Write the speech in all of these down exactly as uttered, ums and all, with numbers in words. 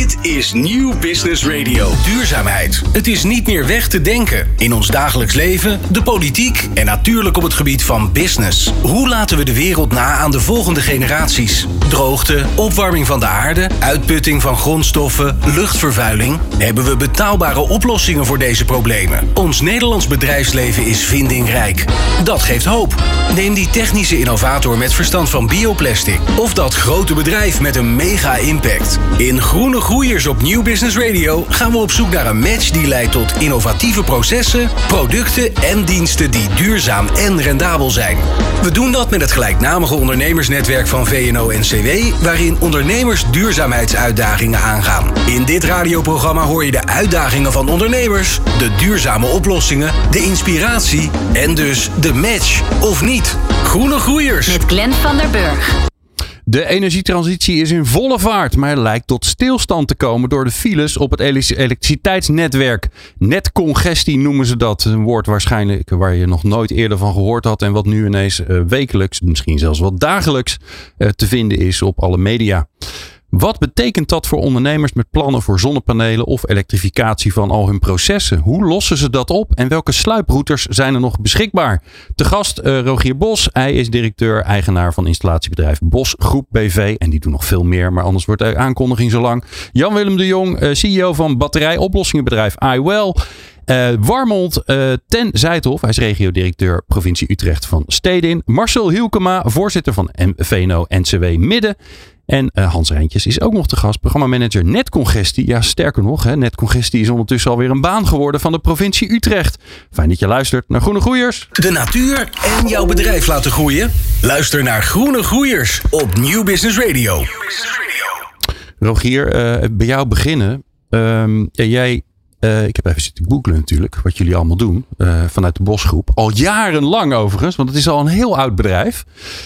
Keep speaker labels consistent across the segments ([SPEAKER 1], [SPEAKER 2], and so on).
[SPEAKER 1] Dit is Nieuw Business Radio. Duurzaamheid. Het is niet meer weg te denken. In ons dagelijks leven, de politiek en natuurlijk op het gebied van business. Hoe laten we de wereld na aan de volgende generaties? Droogte, opwarming van de aarde, uitputting van grondstoffen, luchtvervuiling. Hebben we betaalbare oplossingen voor deze problemen? Ons Nederlands bedrijfsleven is vindingrijk. Dat geeft hoop. Neem die technische innovator met verstand van bioplastic. Of dat grote bedrijf met een mega impact. In Groene Groeiers op Nieuw Business Radio gaan we op zoek naar een match die leidt tot innovatieve processen, producten en diensten die duurzaam en rendabel zijn. We doen dat met het gelijknamige ondernemersnetwerk van V N O N C W, waarin ondernemers duurzaamheidsuitdagingen aangaan. In dit radioprogramma hoor je de uitdagingen van ondernemers, de duurzame oplossingen, de inspiratie en dus de match, of niet. Groene Groeiers.
[SPEAKER 2] Met Glenn van der Burg.
[SPEAKER 3] De energietransitie is in volle vaart, maar lijkt tot stilstand te komen door de files op het elektriciteitsnetwerk. Netcongestie noemen ze dat. Een woord waarschijnlijk waar je nog nooit eerder van gehoord had en wat nu ineens uh, wekelijks, misschien zelfs wel dagelijks uh, te vinden is op alle media. Wat betekent dat voor ondernemers met plannen voor zonnepanelen of elektrificatie van al hun processen? Hoe lossen ze dat op en welke sluiprouters zijn er nog beschikbaar? Te gast uh, Rogier Bos. Hij is directeur-eigenaar van installatiebedrijf Bos Groep B V. En die doen nog veel meer, maar anders wordt de aankondiging zo lang. Jan-Willem de Jong, uh, C E O van batterijoplossingenbedrijf iWell. Uh, Warmond uh, ten Zijthof, hij is regio-directeur provincie Utrecht van Stedin. Marcel Hielkema, voorzitter van V N O N C W Midden. En uh, Hans Rijntjes is ook nog te gast, programmamanager Netcongestie. Ja, sterker nog, hè, Netcongestie is ondertussen alweer een baan geworden van de provincie Utrecht. Fijn dat je luistert naar Groene Groeiers.
[SPEAKER 1] De natuur en jouw bedrijf laten groeien? Luister naar Groene Groeiers op Nieuw Business Radio. Nieuw Business Radio.
[SPEAKER 3] Rogier, uh, bij jou beginnen. Um, ja, jij... Uh, ik heb even zitten googlen natuurlijk, wat jullie allemaal doen uh, vanuit de Bosgroep. Al jarenlang overigens, want het is al een heel oud bedrijf.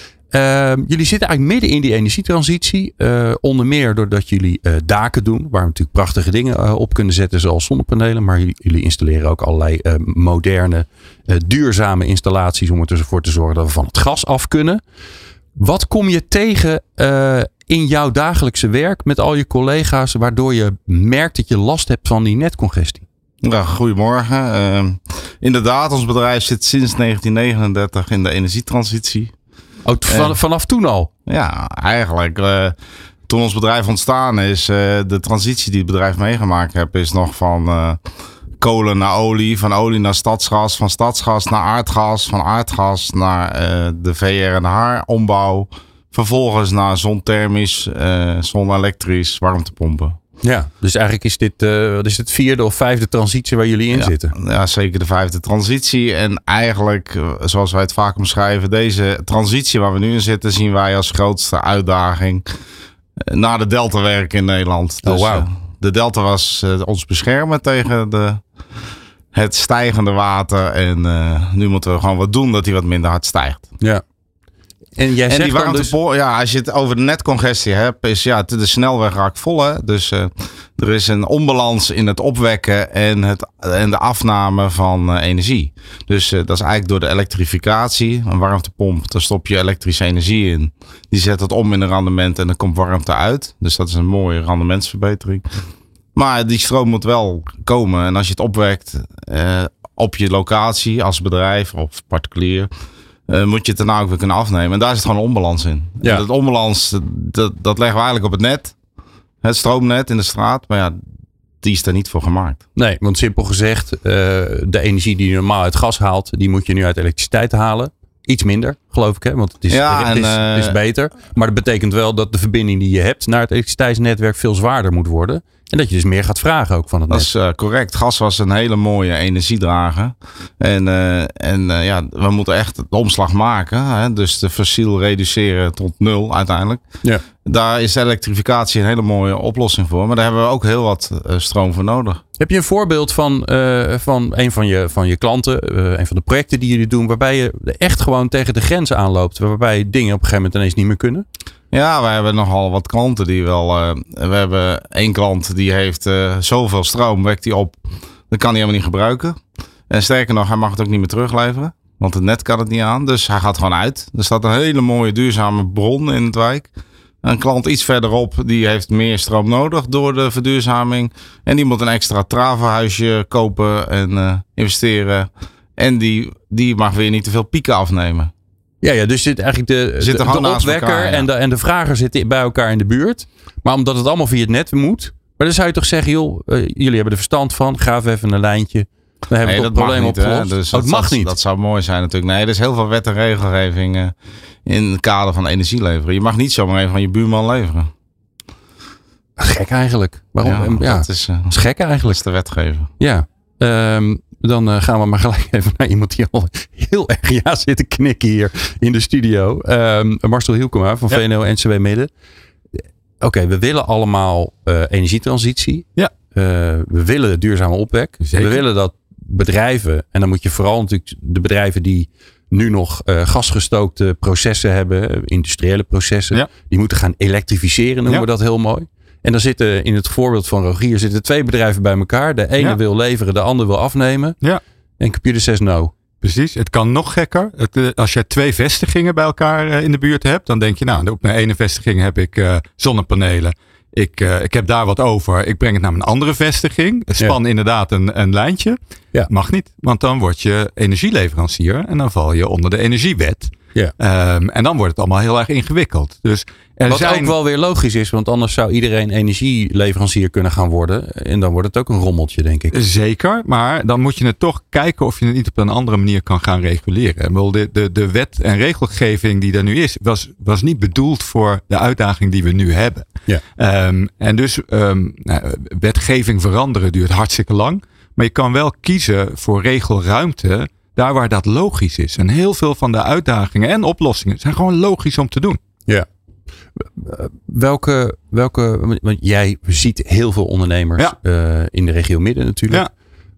[SPEAKER 3] Uh, jullie zitten eigenlijk midden in die energietransitie. Uh, onder meer doordat jullie uh, daken doen, waar we natuurlijk prachtige dingen uh, op kunnen zetten, zoals zonnepanelen. Maar jullie, jullie installeren ook allerlei uh, moderne, uh, duurzame installaties om ervoor te zorgen dat we van het gas af kunnen. Wat kom je tegen uh, in jouw dagelijkse werk met al je collega's, waardoor je merkt dat je last hebt van die netcongestie?
[SPEAKER 4] Ja, goedemorgen. Uh, inderdaad, ons bedrijf zit sinds negentien negenendertig in de energietransitie.
[SPEAKER 3] Oh, van, uh, vanaf toen al?
[SPEAKER 4] Ja, eigenlijk. Uh, toen ons bedrijf ontstaan is, uh, de transitie die het bedrijf meegemaakt heeft, is nog van uh, kolen naar olie, van olie naar stadsgas, van stadsgas naar aardgas, van aardgas naar uh, de V R en H ombouw. Vervolgens naar zonthermisch, uh, zonelektrisch, warmtepompen.
[SPEAKER 3] Ja, dus eigenlijk is dit, uh, wat is het vierde of vijfde transitie waar jullie in
[SPEAKER 4] ja,
[SPEAKER 3] zitten?
[SPEAKER 4] Ja, zeker de vijfde transitie. En eigenlijk, zoals wij het vaak omschrijven, deze transitie waar we nu in zitten, zien wij als grootste uitdaging na de deltawerk in Nederland. Dus,
[SPEAKER 3] oh, wow.
[SPEAKER 4] uh, de delta was uh, ons beschermen tegen de, het stijgende water. En uh, nu moeten we gewoon wat doen dat hij wat minder hard stijgt.
[SPEAKER 3] Ja. En, jij
[SPEAKER 4] en
[SPEAKER 3] zegt
[SPEAKER 4] die warmtepomp, dus... ja, als je het over de netcongestie hebt, is ja, de snelweg raakt vol. Hè? Dus uh, er is een onbalans in het opwekken en, het, en de afname van uh, energie. Dus uh, dat is eigenlijk door de elektrificatie. Een warmtepomp, daar stop je elektrische energie in. Die zet het om in een rendement en er komt warmte uit. Dus dat is een mooie rendementsverbetering. Maar die stroom moet wel komen. En als je het opwekt uh, op je locatie als bedrijf of particulier, Uh, moet je het daarna ook weer kunnen afnemen. En daar zit gewoon een onbalans in. Ja. En dat onbalans, dat, dat leggen we eigenlijk op het net. Het stroomnet in de straat. Maar ja, die is daar niet voor gemaakt.
[SPEAKER 3] Nee, want simpel gezegd, uh, de energie die je normaal uit gas haalt, die moet je nu uit elektriciteit halen. Iets minder, geloof ik, hè? Want het is,
[SPEAKER 4] ja,
[SPEAKER 3] het,
[SPEAKER 4] en,
[SPEAKER 3] is,
[SPEAKER 4] uh,
[SPEAKER 3] het is beter. Maar dat betekent wel dat de verbinding die je hebt naar het elektriciteitsnetwerk veel zwaarder moet worden. En dat je dus meer gaat vragen ook van het
[SPEAKER 4] net.
[SPEAKER 3] Dat
[SPEAKER 4] is uh, correct. Gas was een hele mooie energiedrager. En, uh, en uh, ja, we moeten echt de omslag maken. Hè? Dus de fossiel reduceren tot nul uiteindelijk. Ja. Daar is elektrificatie een hele mooie oplossing voor. Maar daar hebben we ook heel wat uh, stroom voor nodig.
[SPEAKER 3] Heb je een voorbeeld van, uh, van een van je, van je klanten, uh, een van de projecten die jullie doen, waarbij je echt gewoon tegen de grenzen aanloopt, waarbij dingen op een gegeven moment ineens niet meer kunnen?
[SPEAKER 4] Ja, wij hebben nogal wat klanten die wel... Uh, we hebben één klant die heeft uh, zoveel stroom, wekt hij op. Dat kan hij helemaal niet gebruiken. En sterker nog, hij mag het ook niet meer terugleveren. Want het net kan het niet aan. Dus hij gaat gewoon uit. Er staat een hele mooie duurzame bron in het wijk. Een klant iets verderop, die heeft meer stroom nodig door de verduurzaming. En die moet een extra traverhuisje kopen en uh, investeren. En die, die mag weer niet te veel pieken afnemen.
[SPEAKER 3] Ja, ja, dus zit eigenlijk de, de, de opwekker elkaar, ja. en, de, en de vrager zitten bij elkaar in de buurt. Maar omdat het allemaal via het net moet. Maar dan zou je toch zeggen, joh, uh, jullie hebben er verstand van. Graaf even een lijntje. Dan hebben we nee, het probleem opgelost.
[SPEAKER 4] Dus
[SPEAKER 3] oh, het mag
[SPEAKER 4] dat,
[SPEAKER 3] niet.
[SPEAKER 4] Dat zou mooi zijn natuurlijk. Nee, er is heel veel wet en regelgeving uh, in het kader van energie leveren. Je mag niet zomaar even van je buurman leveren.
[SPEAKER 3] Gek eigenlijk. Waarom?
[SPEAKER 4] Ja,
[SPEAKER 3] ja,
[SPEAKER 4] dat is, uh,
[SPEAKER 3] dat is gek eigenlijk.
[SPEAKER 4] Dat is de wetgeving.
[SPEAKER 3] Ja. Um, dan uh, gaan we maar gelijk even naar iemand die al heel erg ja zit te knikken hier in de studio. Um, Marcel Hielkema van ja. V N O N C W Midden. Oké, okay, we willen allemaal uh, energietransitie.
[SPEAKER 2] Ja.
[SPEAKER 3] Uh, we willen duurzame opwek.
[SPEAKER 2] Zeker.
[SPEAKER 3] We willen dat bedrijven, en dan moet je vooral natuurlijk de bedrijven die nu nog uh, gasgestookte processen hebben, industriële processen, ja. die moeten gaan elektrificeren, noemen ja. we dat heel mooi. En dan zitten in het voorbeeld van Rogier zitten twee bedrijven bij elkaar. De ene ja. wil leveren, de ander wil afnemen.
[SPEAKER 2] Ja.
[SPEAKER 3] En computer says no.
[SPEAKER 2] Precies, het kan nog gekker. Het, als je twee vestigingen bij elkaar uh, in de buurt hebt, dan denk je, nou, op mijn ene vestiging heb ik uh, zonnepanelen. Ik, uh, ik heb daar wat over. Ik breng het naar mijn andere vestiging. Span ja. inderdaad een, een lijntje.
[SPEAKER 3] Ja.
[SPEAKER 2] Mag niet, want dan word je energieleverancier en dan val je onder de energiewet.
[SPEAKER 3] Ja.
[SPEAKER 2] Um, en dan wordt het allemaal heel erg ingewikkeld. Dus er
[SPEAKER 3] Wat
[SPEAKER 2] zijn...
[SPEAKER 3] ook wel weer logisch is, want anders zou iedereen energieleverancier kunnen gaan worden. En dan wordt het ook een rommeltje, denk ik.
[SPEAKER 2] Zeker, maar dan moet je het toch kijken of je het niet op een andere manier kan gaan reguleren. De, de, de wet en regelgeving die er nu is, was, was niet bedoeld voor de uitdaging die we nu hebben.
[SPEAKER 3] Ja.
[SPEAKER 2] Um, en dus um, nou, wetgeving veranderen duurt hartstikke lang. Maar je kan wel kiezen voor regelruimte daar waar dat logisch is. En heel veel van de uitdagingen en oplossingen zijn gewoon logisch om te doen.
[SPEAKER 3] Ja. Welke, welke, want jij ziet heel veel ondernemers ja. uh, in de regio Midden natuurlijk.
[SPEAKER 2] Ja.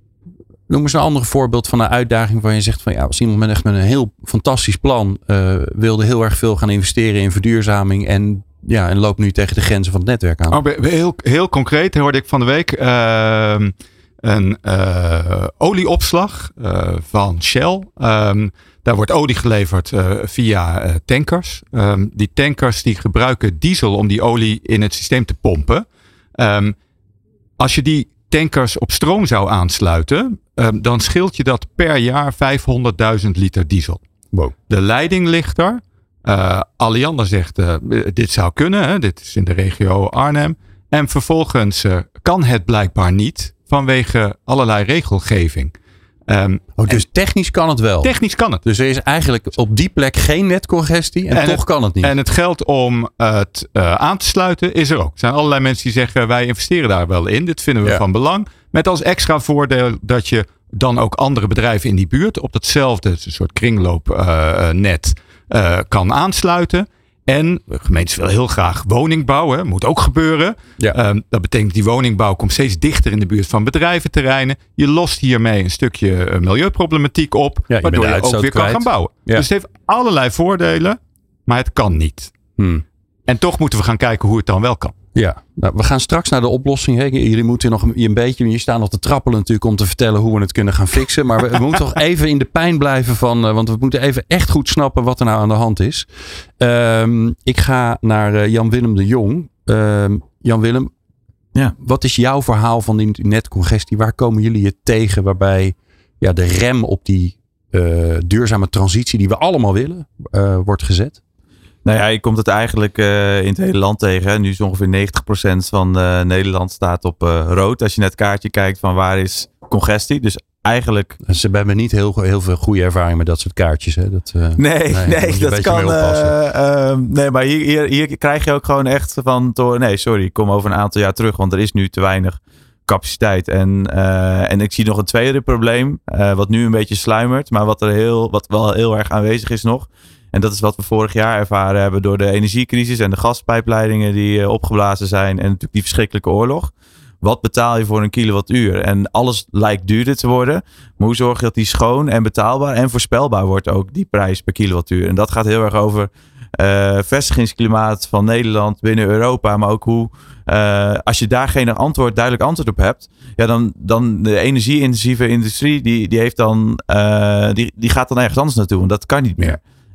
[SPEAKER 3] Noem eens een ander voorbeeld van een uitdaging waar je zegt van ja, als iemand met echt met een heel fantastisch plan uh, wilde heel erg veel gaan investeren in verduurzaming en ja, en loopt nu tegen de grenzen van het netwerk aan.
[SPEAKER 2] Oh, heel, heel concreet hoorde ik van de week uh, een uh, olieopslag uh, van Shell. Um, daar wordt olie geleverd uh, via uh, tankers. Um, die tankers die gebruiken diesel om die olie in het systeem te pompen. Um, als je die tankers op stroom zou aansluiten, um, dan scheelt je dat per jaar vijfhonderdduizend liter diesel.
[SPEAKER 3] Wow.
[SPEAKER 2] De leiding ligt er. Uh, Alliander zegt, uh, dit zou kunnen. Hè? Dit is in de regio Arnhem. En vervolgens uh, kan het blijkbaar niet vanwege allerlei regelgeving. Um,
[SPEAKER 3] oh, dus technisch kan het wel?
[SPEAKER 2] Technisch kan het.
[SPEAKER 3] Dus er is eigenlijk op die plek geen netcongestie en, en toch het, kan het niet?
[SPEAKER 2] En het geld om het uh, aan te sluiten is er ook. Er zijn allerlei mensen die zeggen wij investeren daar wel in. Dit vinden we ja. van belang. Met als extra voordeel dat je dan ook andere bedrijven in die buurt op datzelfde soort kringloopnet uh, uh, kan aansluiten. En gemeentes willen heel graag woning bouwen. Moet ook gebeuren.
[SPEAKER 3] Ja.
[SPEAKER 2] Um, dat betekent die woningbouw komt steeds dichter in de buurt van bedrijventerreinen. Je lost hiermee een stukje uh, milieuproblematiek op.
[SPEAKER 3] Ja,
[SPEAKER 2] waardoor je ook weer
[SPEAKER 3] kwijt.
[SPEAKER 2] kan gaan bouwen.
[SPEAKER 3] Ja.
[SPEAKER 2] Dus het heeft allerlei voordelen. Maar het kan niet.
[SPEAKER 3] Hmm.
[SPEAKER 2] En toch moeten we gaan kijken hoe het dan wel kan.
[SPEAKER 3] Ja, nou, we gaan straks naar de oplossing. Hè. Jullie moeten nog een beetje, je staat nog te trappelen natuurlijk om te vertellen hoe we het kunnen gaan fixen. Maar we, we moeten toch even in de pijn blijven van, uh, want we moeten even echt goed snappen wat er nou aan de hand is. Um, ik ga naar uh, Jan-Willem de Jong. Um, Jan-Willem, ja. Wat is jouw verhaal van die netcongestie? Waar komen jullie je tegen waarbij ja, de rem op die uh, duurzame transitie die we allemaal willen uh, wordt gezet?
[SPEAKER 5] Nou ja, je komt het eigenlijk uh, in het hele land tegen. Hè. Nu is ongeveer negentig procent van uh, Nederland staat op uh, rood. Als je naar het kaartje kijkt van waar is congestie. Dus eigenlijk...
[SPEAKER 3] Ze hebben niet heel, heel veel goede ervaring met dat soort kaartjes. Hè? Dat, uh,
[SPEAKER 5] nee, nee, nee dat kan... Uh, uh, nee, maar hier, hier, hier krijg je ook gewoon echt van... Door, nee, sorry, ik kom over een aantal jaar terug. Want er is nu te weinig capaciteit. En, uh, en ik zie nog een tweede probleem. Uh, wat nu een beetje sluimert. Maar wat, er heel, wat wel heel erg aanwezig is nog... En dat is wat we vorig jaar ervaren hebben door de energiecrisis en de gaspijpleidingen die uh, opgeblazen zijn. En natuurlijk die verschrikkelijke oorlog. Wat betaal je voor een kilowattuur? En alles lijkt duurder te worden. Maar hoe zorg je dat die schoon en betaalbaar en voorspelbaar wordt ook die prijs per kilowattuur? En dat gaat heel erg over uh, vestigingsklimaat van Nederland binnen Europa. Maar ook hoe, uh, als je daar geen antwoord, duidelijk antwoord op hebt. Ja, dan, dan de energie-intensieve industrie, die, die, heeft dan, uh, die, die gaat dan ergens anders naartoe. En dat kan niet meer.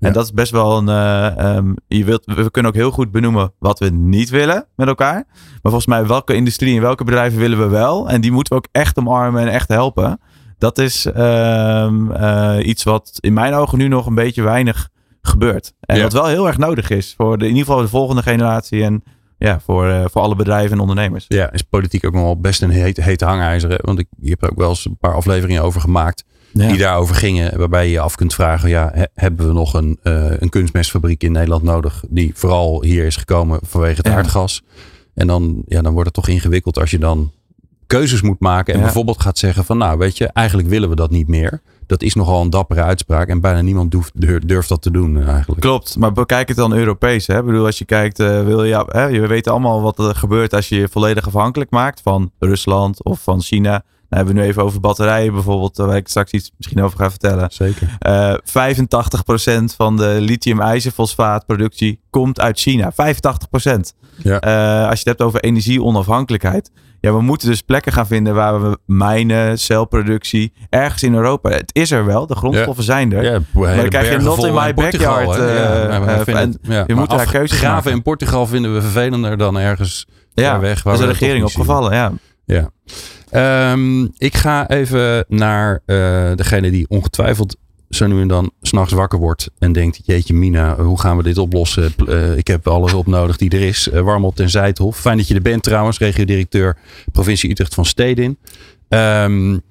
[SPEAKER 5] En ja. dat is best wel een... Uh, um, je wilt, we kunnen ook heel goed benoemen wat we niet willen met elkaar. Maar volgens mij welke industrie en welke bedrijven willen we wel. En die moeten we ook echt omarmen en echt helpen. Dat is uh, uh, iets wat in mijn ogen nu nog een beetje weinig gebeurt. En ja. wat wel heel erg nodig is voor de, in ieder geval de volgende generatie en ja, voor, uh, voor alle bedrijven en ondernemers.
[SPEAKER 3] Ja, is politiek ook nog wel best een heet, hete hangijzer. Hè? Want ik, je hebt er ook wel eens een paar afleveringen over gemaakt ja. die daarover gingen. Waarbij je je af kunt vragen, ja, he, hebben we nog een, uh, een kunstmestfabriek in Nederland nodig die vooral hier is gekomen vanwege het ja. aardgas. En dan, ja, dan wordt het toch ingewikkeld als je dan keuzes moet maken en ja. bijvoorbeeld gaat zeggen van nou weet je, eigenlijk willen we dat niet meer. Dat is nogal een dappere uitspraak en bijna niemand durft, durft dat te doen eigenlijk.
[SPEAKER 5] Klopt, maar bekijk het dan Europees. Hè? Ik bedoel, als je kijkt, uh, wil je, hè, je weet allemaal wat er gebeurt als je je volledig afhankelijk maakt van Rusland of van China. Dan hebben we nu even over batterijen bijvoorbeeld, waar ik straks iets misschien over ga vertellen.
[SPEAKER 3] Zeker.
[SPEAKER 5] Uh, vijfentachtig procent van de lithium-ijzerfosfaatproductie komt uit China. vijfentachtig procent. Ja. Uh, als je het hebt over energie-onafhankelijkheid. Ja, we moeten dus plekken gaan vinden waar we mijnen, celproductie, ergens in Europa. Het is er wel, de grondstoffen ja. zijn er. Ja, maar dan krijg je not in my backyard. Uh, ja, uh, en
[SPEAKER 3] ja.
[SPEAKER 5] je moet daar keuzes
[SPEAKER 3] graven
[SPEAKER 5] maken.
[SPEAKER 3] In Portugal vinden we vervelender dan ergens
[SPEAKER 5] ja,
[SPEAKER 3] ver weg. Waar
[SPEAKER 5] is de regering opgevallen, ja.
[SPEAKER 3] ja. Um, ik ga even naar uh, degene die ongetwijfeld zo nu en dan 's nachts wakker wordt en denkt, jeetje Mina, hoe gaan we dit oplossen? Uh, ik heb alle hulp nodig die er is. Uh, Warmelt ten Zijthof. Fijn dat je er bent trouwens, regio-directeur provincie Utrecht van Stedin. Um,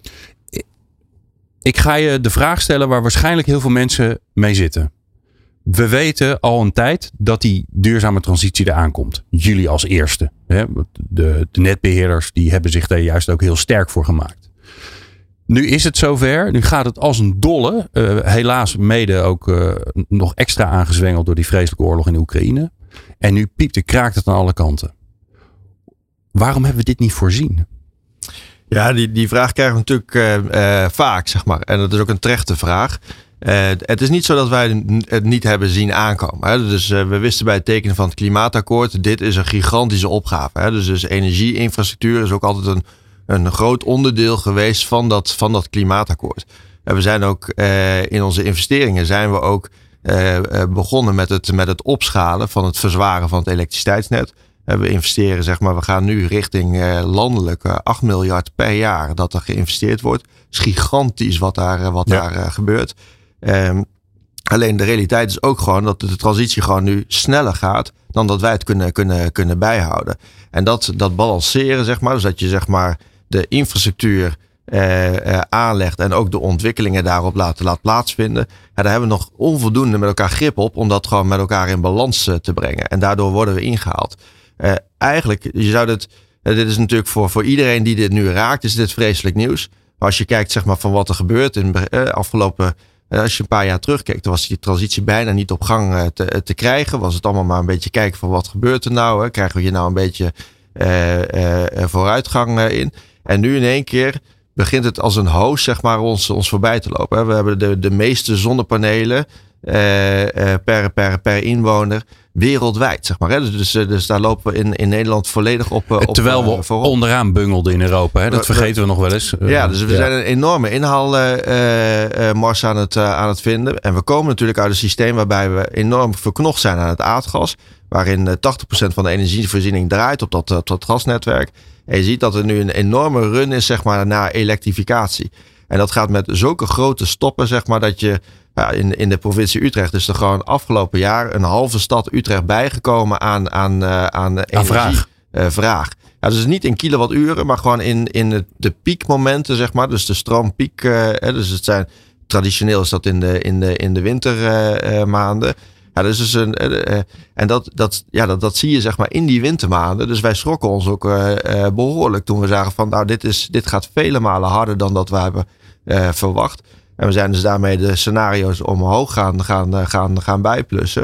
[SPEAKER 3] ik ga je de vraag stellen waar waarschijnlijk heel veel mensen mee zitten. We weten al een tijd dat die duurzame transitie eraan komt. Jullie als eerste. Hè? De, de netbeheerders die hebben zich daar juist ook heel sterk voor gemaakt. Nu is het zover. Nu gaat het als een dolle. Uh, helaas mede ook uh, nog extra aangezwengeld door die vreselijke oorlog in de Oekraïne. En nu piept en kraakt het aan alle kanten. Waarom hebben we dit niet voorzien?
[SPEAKER 6] Ja, die, die vraag krijgen we natuurlijk uh, uh, vaak, zeg maar. En dat is ook een terechte vraag. Uh, het is niet zo dat wij het niet hebben zien aankomen. Hè. Dus uh, we wisten bij het tekenen van het klimaatakkoord, dit is een gigantische opgave. Hè. Dus, dus energieinfrastructuur is ook altijd een een groot onderdeel geweest van dat, van dat klimaatakkoord. En we zijn ook uh, in onze investeringen zijn we ook uh, begonnen met het, met het opschalen van het verzwaren van het elektriciteitsnet. Uh, we investeren, zeg maar, we gaan nu richting uh, landelijk uh, acht miljard per jaar dat er geïnvesteerd wordt. Het is gigantisch wat daar, uh, wat ja. daar uh, gebeurt. Um, alleen de realiteit is ook gewoon dat de transitie gewoon nu sneller gaat dan dat wij het kunnen, kunnen, kunnen bijhouden. En dat, dat balanceren, zeg maar, dus dat je zeg maar de infrastructuur eh, eh, aanlegt en ook de ontwikkelingen daarop laat, laat plaatsvinden. Ja, daar hebben we nog onvoldoende met elkaar grip op om dat gewoon met elkaar in balans uh, te brengen. En daardoor worden we ingehaald. Uh, eigenlijk, je zou dit, uh, dit is natuurlijk voor, voor iedereen die dit nu raakt, is dit vreselijk nieuws. Maar als je kijkt, zeg maar, van wat er gebeurt in de uh, afgelopen, uh, als je een paar jaar terugkijkt, dan was die transitie bijna niet op gang uh, te, te krijgen. Was het allemaal maar een beetje kijken van wat gebeurt er nou? Hè? Krijgen we hier nou een beetje uh, uh, vooruitgang uh, in? En nu in één keer begint het als een hoos, zeg maar, ons, ons voorbij te lopen. We hebben de, de meeste zonnepanelen uh, uh, per, per, per inwoner wereldwijd, zeg maar. Hè? Dus, dus, dus daar lopen we in, in Nederland volledig op, op
[SPEAKER 3] Terwijl we
[SPEAKER 6] uh, voorop.
[SPEAKER 3] onderaan bungelden in Europa. Hè? Dat vergeten we nog wel eens.
[SPEAKER 6] Ja, dus we ja. zijn een enorme inhaalmars uh, uh, aan, het, uh, aan het vinden. En we komen natuurlijk uit een systeem waarbij we enorm verknocht zijn aan het aardgas. Waarin uh, tachtig procent van de energievoorziening draait op dat, op dat gasnetwerk. En je ziet dat er nu een enorme run is, zeg maar, naar elektrificatie. En dat gaat met zulke grote stoppen, zeg maar, dat je ja, in, in de provincie Utrecht is er gewoon afgelopen jaar een halve stad Utrecht bijgekomen aan, aan, uh, aan energievraag. Uh, vraag. Ja, dus niet in kilowatturen, maar gewoon in, in de, de piekmomenten, zeg maar. Dus de stroompiek. Uh, dus het zijn, traditioneel is dat in de, in de, in de wintermaanden. Uh, uh, Ja, dus is een, uh, uh, en dat, dat, ja, dat, dat zie je, zeg maar, in die wintermaanden. Dus wij schrokken ons ook uh, uh, behoorlijk toen we zagen van, nou, dit, is, dit gaat vele malen harder dan dat we hebben uh, verwacht. En we zijn dus daarmee de scenario's omhoog gaan, gaan, gaan, gaan bijplussen.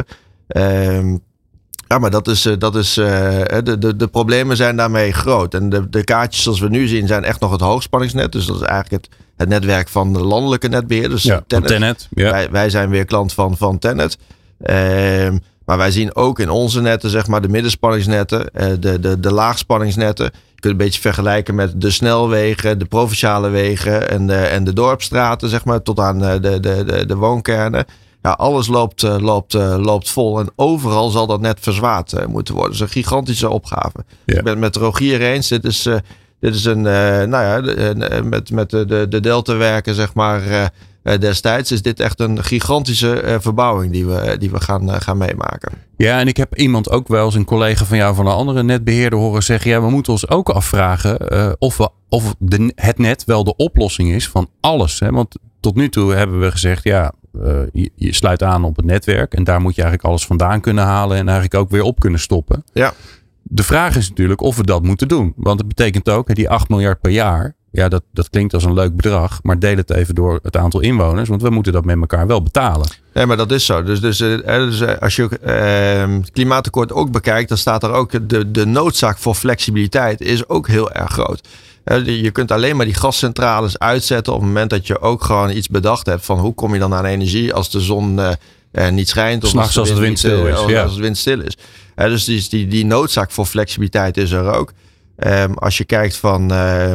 [SPEAKER 6] Uh, ja, maar dat is, uh, dat is uh, de, de, de problemen zijn daarmee groot. En de, de kaartjes zoals we nu zien zijn echt nog het hoogspanningsnet. Dus dat is eigenlijk het, het netwerk van de landelijke netbeheerders.
[SPEAKER 3] Ja, Tennet. Tennet ja.
[SPEAKER 6] Wij, wij zijn weer klant van, van Tennet. Uh, maar wij zien ook in onze netten, zeg maar, de middenspanningsnetten, uh, de, de, de laagspanningsnetten. Je kunt een beetje vergelijken met de snelwegen, de provinciale wegen en de, en de dorpsstraten, zeg maar, tot aan de, de, de, de woonkernen. Ja, alles loopt, uh, loopt, uh, loopt vol en overal zal dat net verzwaard uh, moeten worden. Dat is een gigantische opgave. Ja. Ik ben het met Rogier eens. Dit is, uh, dit is een, uh, nou ja, uh, met, met de, de, de Delta-werken, zeg maar, uh, uh, destijds is dit echt een gigantische uh, verbouwing die we, die we gaan, uh, gaan meemaken.
[SPEAKER 3] Ja, en ik heb iemand ook wel eens, een collega van jou van een andere netbeheerder horen zeggen, ja, we moeten ons ook afvragen uh, of, we, of de, het net wel de oplossing is van alles. Hè? Want tot nu toe hebben we gezegd, ja, uh, je, je sluit aan op het netwerk en daar moet je eigenlijk alles vandaan kunnen halen en eigenlijk ook weer op kunnen stoppen.
[SPEAKER 6] Ja.
[SPEAKER 3] De vraag is natuurlijk of we dat moeten doen. Want het betekent ook, die acht miljard per jaar, ja, dat, dat klinkt als een leuk bedrag, maar deel het even door het aantal inwoners, want we moeten dat met elkaar wel betalen.
[SPEAKER 6] Nee, maar dat is zo. Dus, dus, dus als je uh, het klimaatakkoord ook bekijkt, dan staat er ook de, de noodzaak voor flexibiliteit is ook heel erg groot. Je kunt alleen maar die gascentrales uitzetten op het moment dat je ook gewoon iets bedacht hebt van hoe kom je dan aan energie als de zon uh, uh, niet schijnt. Of
[SPEAKER 3] s'nachts als, als, als het windstil is.
[SPEAKER 6] Ja. Als het windstil is. Uh, dus die, die, die noodzaak voor flexibiliteit is er ook. Um, als je kijkt van uh,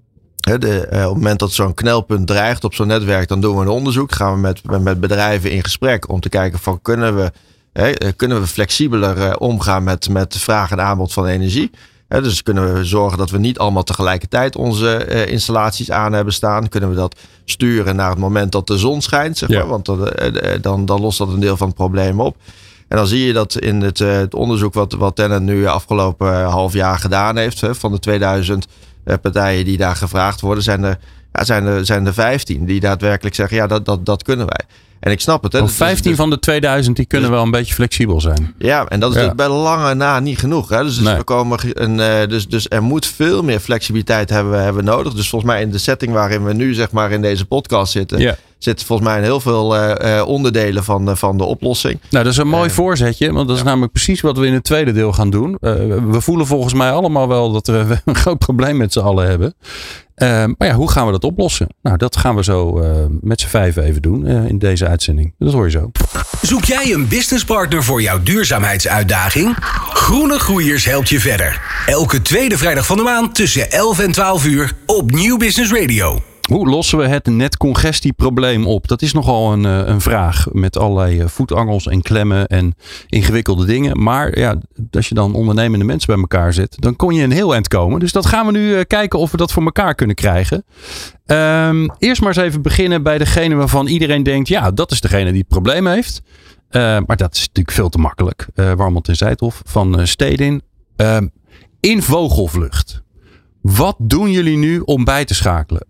[SPEAKER 6] de, uh, op het moment dat zo'n knelpunt dreigt op zo'n netwerk, dan doen we een onderzoek. Gaan we met, met, met bedrijven in gesprek om te kijken van kunnen we, uh, kunnen we flexibeler uh, omgaan met, met vraag en aanbod van energie. He, dus kunnen we zorgen dat we niet allemaal tegelijkertijd onze uh, installaties aan hebben staan. Kunnen we dat sturen naar het moment dat de zon schijnt. Zeg maar, ja. Want dan, uh, dan, dan lost dat een deel van het probleem op. En dan zie je dat in het, uh, het onderzoek wat, wat TenneT nu afgelopen uh, half jaar gedaan heeft. Hè, van de tweeduizend uh, partijen die daar gevraagd worden. Zijn er, ja, zijn er, zijn er vijftien die daadwerkelijk zeggen ja dat, dat, dat kunnen wij. En ik snap het. Hè.
[SPEAKER 3] vijftien dus, van de tweeduizend die kunnen dus, wel een beetje flexibel zijn.
[SPEAKER 6] Ja, en dat is ja. dus bij lange na niet genoeg. Hè. Dus, dus, nee. we komen een, uh, dus, dus er moet veel meer flexibiliteit hebben we, hebben we nodig. Dus volgens mij in de setting waarin we nu zeg maar in deze podcast zitten, ja. zitten volgens mij in heel veel uh, uh, onderdelen van, uh, van de oplossing.
[SPEAKER 3] Nou, dat is een mooi uh, voorzetje. Want dat is ja. namelijk precies wat we in het tweede deel gaan doen. Uh, we voelen volgens mij allemaal wel dat we een groot probleem met z'n allen hebben. Uh, maar ja, hoe gaan we dat oplossen? Nou, dat gaan we zo uh, met z'n vijven even doen uh, in deze uitzending. Dat hoor je zo.
[SPEAKER 1] Zoek jij een businesspartner voor jouw duurzaamheidsuitdaging? Groene Groeiers helpt je verder. Elke tweede vrijdag van de maand tussen elf en twaalf uur op Nieuw Business Radio.
[SPEAKER 3] Hoe lossen we het netcongestieprobleem op? Dat is nogal een, een vraag met allerlei voetangels en klemmen en ingewikkelde dingen. Maar ja, als je dan ondernemende mensen bij elkaar zet, dan kon je een heel eind komen. Dus dat gaan we nu kijken of we dat voor elkaar kunnen krijgen. Um, eerst maar eens even beginnen bij degene waarvan iedereen denkt, ja, dat is degene die het probleem heeft. Uh, maar dat is natuurlijk veel te makkelijk. Uh, Warmond en Zijthof van uh, Stedin. Uh, in vogelvlucht. Wat doen jullie nu om bij te schakelen?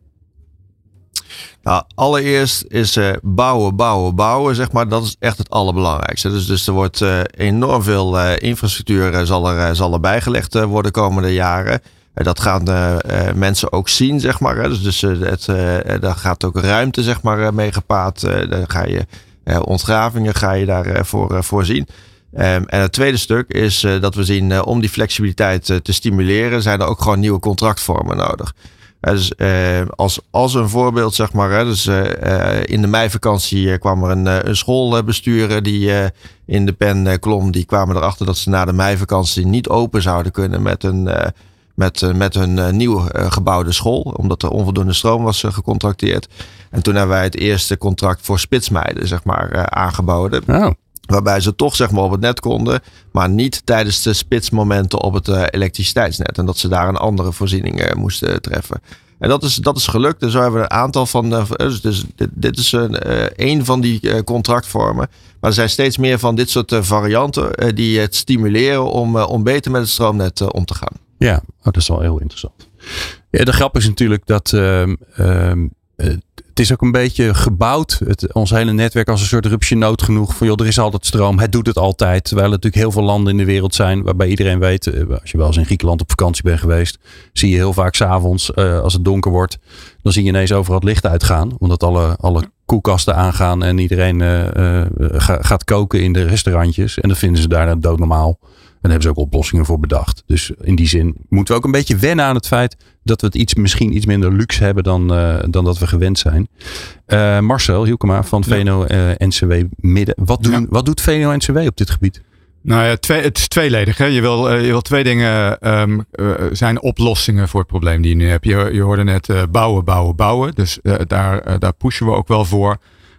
[SPEAKER 6] Nou, allereerst is uh, bouwen, bouwen, bouwen, zeg maar. Dat is echt het allerbelangrijkste. Dus, dus er wordt uh, enorm veel uh, infrastructuur uh, zal, er, uh, zal er bijgelegd uh, worden de komende jaren. Uh, dat gaan uh, uh, mensen ook zien, zeg maar. Hè. Dus, dus uh, het, uh, daar gaat ook ruimte, zeg maar, uh, mee gepaard. Uh, daar ga je uh, ontgravingen ga je daarvoor uh, uh, voorzien. Um, en het tweede stuk is uh, dat we zien uh, om die flexibiliteit uh, te stimuleren, zijn er ook gewoon nieuwe contractvormen nodig. Uh, dus uh, als, als een voorbeeld, zeg maar, hè, dus uh, uh, in de meivakantie uh, kwam er een, uh, een schoolbestuurder die uh, in de pen uh, klom. Die kwamen erachter dat ze na de meivakantie niet open zouden kunnen met een, uh, met, uh, met hun uh, nieuw uh, gebouwde school. Omdat er onvoldoende stroom was uh, gecontracteerd. En toen hebben wij het eerste contract voor spitsmeiden, zeg maar, uh, aangeboden. Oh. Waarbij ze toch zeg maar op het net konden, maar niet tijdens de spitsmomenten op het uh, elektriciteitsnet. En dat ze daar een andere voorziening uh, moesten treffen. En dat is, dat is gelukt. Dus zo hebben we een aantal van. Uh, dus, dus dit, dit is een, uh, een van die uh, contractvormen. Maar er zijn steeds meer van dit soort uh, varianten uh, die het stimuleren om, uh, om beter met het stroomnet uh, om te gaan.
[SPEAKER 3] Ja, oh, dat is wel heel interessant. Ja, de grap is natuurlijk dat. Uh, uh, uh, Het is ook een beetje gebouwd, het, ons hele netwerk als een soort rupsje nood genoeg. Van joh, er is altijd stroom, het doet het altijd. Terwijl er natuurlijk heel veel landen in de wereld zijn waarbij iedereen weet, als je wel eens in Griekenland op vakantie bent geweest, zie je heel vaak 's avonds uh, als het donker wordt, dan zie je ineens overal het licht uitgaan. Omdat alle, alle koelkasten aangaan en iedereen uh, uh, ga, gaat koken in de restaurantjes. En dat vinden ze daar doodnormaal. En daar hebben ze ook oplossingen voor bedacht. Dus in die zin moeten we ook een beetje wennen aan het feit dat we het iets, misschien iets minder luxe hebben dan, uh, dan dat we gewend zijn. Uh, Marcel Hielkema van V N O-N C W uh, Midden. Wat, doen, ja. wat doet V N O-N C W op dit gebied?
[SPEAKER 2] Nou ja, twee, het is tweeledig. Hè? Je, wil, uh, je wil twee dingen um, uh, zijn oplossingen voor het probleem die je nu hebt. Je, je hoorde net uh, bouwen, bouwen, bouwen. Dus uh, daar, uh, daar pushen we ook wel voor.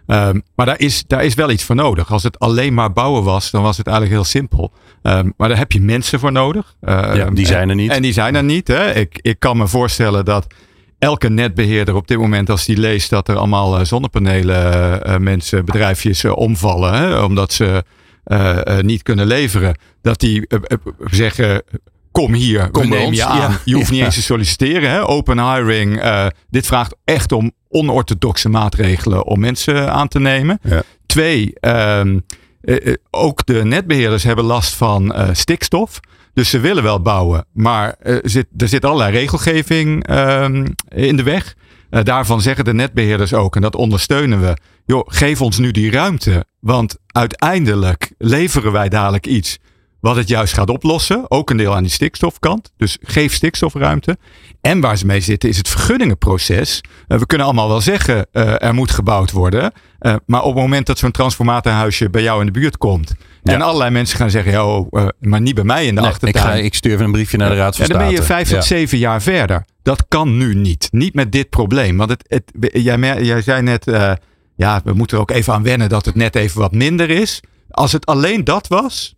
[SPEAKER 2] Um, maar daar is, daar is wel iets voor nodig. Als het alleen maar bouwen was, dan was het eigenlijk heel simpel. Um, maar daar heb je mensen voor nodig. Uh,
[SPEAKER 3] ja, die zijn er niet.
[SPEAKER 2] En, en die zijn er niet. Hè. Ik, ik kan me voorstellen dat elke netbeheerder op dit moment, als die leest dat er allemaal uh, zonnepanelen uh, mensen, bedrijfjes uh, omvallen, hè, omdat ze uh, uh, niet kunnen leveren, dat die uh, uh, zeggen, kom hier,
[SPEAKER 3] kom
[SPEAKER 2] we nemen je aan. Ja. Je hoeft niet ja. eens te solliciteren. Hè. Open hiring. Uh, dit vraagt echt om onorthodoxe maatregelen om mensen aan te nemen. Ja. Twee, um, uh, ook de netbeheerders hebben last van uh, stikstof. Dus ze willen wel bouwen, maar uh, zit, er zit allerlei regelgeving um, in de weg. Uh, daarvan zeggen de netbeheerders ook, en dat ondersteunen we. Joh, geef ons nu die ruimte, want uiteindelijk leveren wij dadelijk iets wat het juist gaat oplossen. Ook een deel aan die stikstofkant. Dus geef stikstofruimte. En waar ze mee zitten is het vergunningenproces. Uh, we kunnen allemaal wel zeggen, uh, er moet gebouwd worden. Uh, maar op het moment dat zo'n transformatorhuisje bij jou in de buurt komt. Ja. En allerlei mensen gaan zeggen, oh, uh, maar niet bij mij in de nee, achtertuin.
[SPEAKER 3] Ik, ga, ik stuur even een briefje naar de Raad van
[SPEAKER 2] State. En dan ben je vijf ja. tot zeven jaar verder. Dat kan nu niet. Niet met dit probleem. Want het, het, jij, jij zei net, uh, ja, we moeten er ook even aan wennen dat het net even wat minder is. Als het alleen dat was,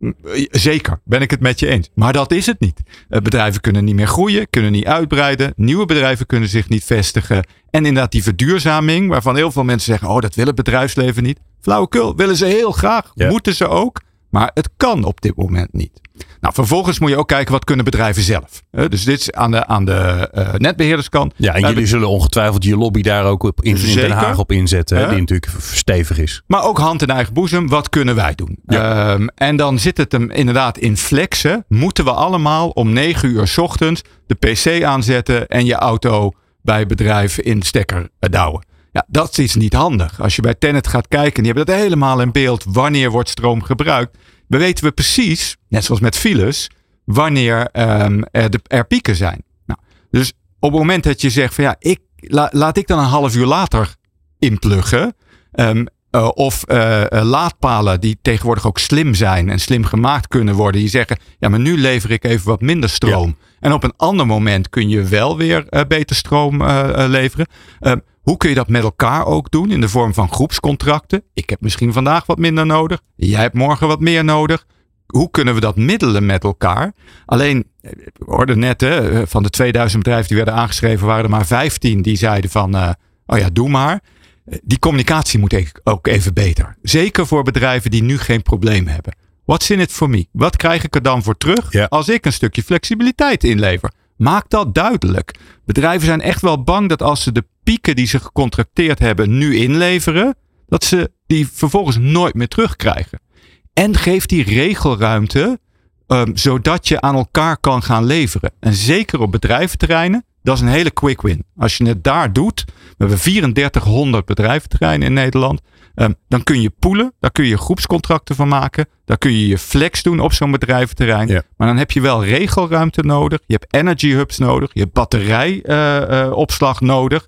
[SPEAKER 2] zeker, ben ik het met je eens. Maar dat is het niet. Bedrijven kunnen niet meer groeien, kunnen niet uitbreiden. Nieuwe bedrijven kunnen zich niet vestigen. En inderdaad die verduurzaming, waarvan heel veel mensen zeggen, oh, dat wil het bedrijfsleven niet. Flauwekul, willen ze heel graag. Ja. Moeten ze ook. Maar het kan op dit moment niet. Nou, vervolgens moet je ook kijken, wat kunnen bedrijven zelf? Uh, dus dit is aan de, aan de uh, netbeheerderskant.
[SPEAKER 3] Ja, en jullie hebben, zullen ongetwijfeld je lobby daar ook op in, in Den Haag op inzetten. Uh, die natuurlijk stevig is.
[SPEAKER 2] Maar ook hand in eigen boezem. Wat kunnen wij doen? Ja. Um, en dan zit het hem inderdaad in flexen. Moeten we allemaal om negen uur 's ochtends de pc aanzetten en je auto bij bedrijf in stekker douwen? Ja, dat is niet handig. Als je bij Tennet gaat kijken, die hebben dat helemaal in beeld. Wanneer wordt stroom gebruikt? We weten we precies, net zoals met files, wanneer um, er, de, er pieken zijn. Nou, dus op het moment dat je zegt van ja, ik, la, laat ik dan een half uur later inpluggen. Um, uh, of uh, uh, laadpalen die tegenwoordig ook slim zijn en slim gemaakt kunnen worden. Die zeggen, ja, maar nu lever ik even wat minder stroom. Ja. En op een ander moment kun je wel weer uh, beter stroom uh, uh, leveren. Um, Hoe kun je dat met elkaar ook doen in de vorm van groepscontracten? Ik heb misschien vandaag wat minder nodig. Jij hebt morgen wat meer nodig. Hoe kunnen we dat middelen met elkaar? Alleen, we hoorden net hè, van de tweeduizend bedrijven die werden aangeschreven, waren er maar vijftien die zeiden van, uh, oh ja, doe maar. Die communicatie moet ook even beter. Zeker voor bedrijven die nu geen probleem hebben. What's in it for me? Wat krijg ik er dan voor terug ja. als ik een stukje flexibiliteit inlever? Maak dat duidelijk. Bedrijven zijn echt wel bang dat als ze de pieken die ze gecontracteerd hebben nu inleveren, dat ze die vervolgens nooit meer terugkrijgen. En geef die regelruimte, um, zodat je aan elkaar kan gaan leveren. En zeker op bedrijventerreinen, dat is een hele quick win. Als je het daar doet, we hebben drieëndertighonderd bedrijventerreinen in Nederland, um, dan kun je poolen, daar kun je groepscontracten van maken, daar kun je je flex doen op zo'n bedrijventerrein. Ja. Maar dan heb je wel regelruimte nodig, je hebt energy hubs nodig, je hebt batterijopslag uh, uh, nodig.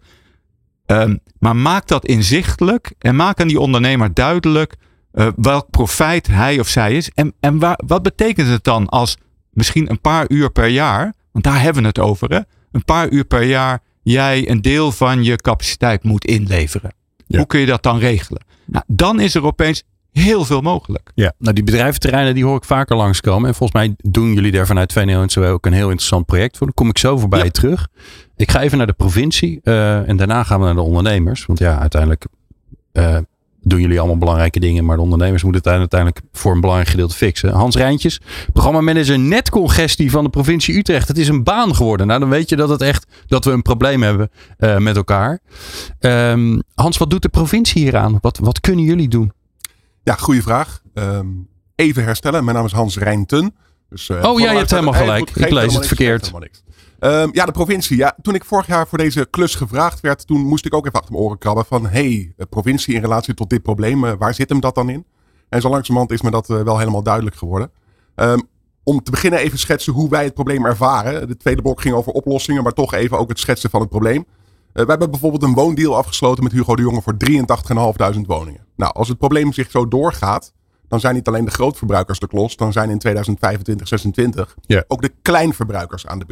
[SPEAKER 2] Um, maar maak dat inzichtelijk en maak aan die ondernemer duidelijk uh, welk profijt hij of zij is. En, en waar, wat betekent het dan als misschien een paar uur per jaar, want daar hebben we het over, hè? Een paar uur per jaar jij een deel van je capaciteit moet inleveren. Ja. Hoe kun je dat dan regelen? Nou, dan is er opeens heel veel mogelijk.
[SPEAKER 3] Ja, nou die bedrijventerreinen die hoor ik vaker langskomen. En volgens mij doen jullie daar vanuit V N O N C W ook een heel interessant project voor. Daar kom ik zo voorbij ja. terug. Ik ga even naar de provincie uh, en daarna gaan we naar de ondernemers. Want ja, uiteindelijk uh, doen jullie allemaal belangrijke dingen. Maar de ondernemers moeten het uiteindelijk voor een belangrijk gedeelte fixen. Hans Rijntjes, programmamanager netcongestie van de provincie Utrecht. Het is een baan geworden. Nou, dan weet je dat het echt dat we een probleem hebben uh, met elkaar. Um, Hans, wat doet de provincie hieraan? Wat, wat kunnen jullie doen?
[SPEAKER 7] Ja, goede vraag. Um, even herstellen. Mijn naam is Hans Rijnten. Dus, uh,
[SPEAKER 3] oh ja, je hebt helemaal gelijk. Ik lees het verkeerd.
[SPEAKER 7] Um, ja, de provincie. Ja, toen ik vorig jaar voor deze klus gevraagd werd, toen moest ik ook even achter mijn oren krabben van, hey, de provincie in relatie tot dit probleem, uh, waar zit hem dat dan in? En zo langzamerhand is me dat uh, wel helemaal duidelijk geworden. Um, om te beginnen even schetsen hoe wij het probleem ervaren. De tweede blok ging over oplossingen, maar toch even ook het schetsen van het probleem. Uh, we hebben bijvoorbeeld een woondeal afgesloten met Hugo de Jonge voor drieëntachtigduizend vijfhonderd woningen. Nou, als het probleem zich zo doorgaat, dan zijn niet alleen de grootverbruikers de klos, dan zijn in tweeduizend vijfentwintig, zesentwintig yeah. ook de kleinverbruikers aan de beurt.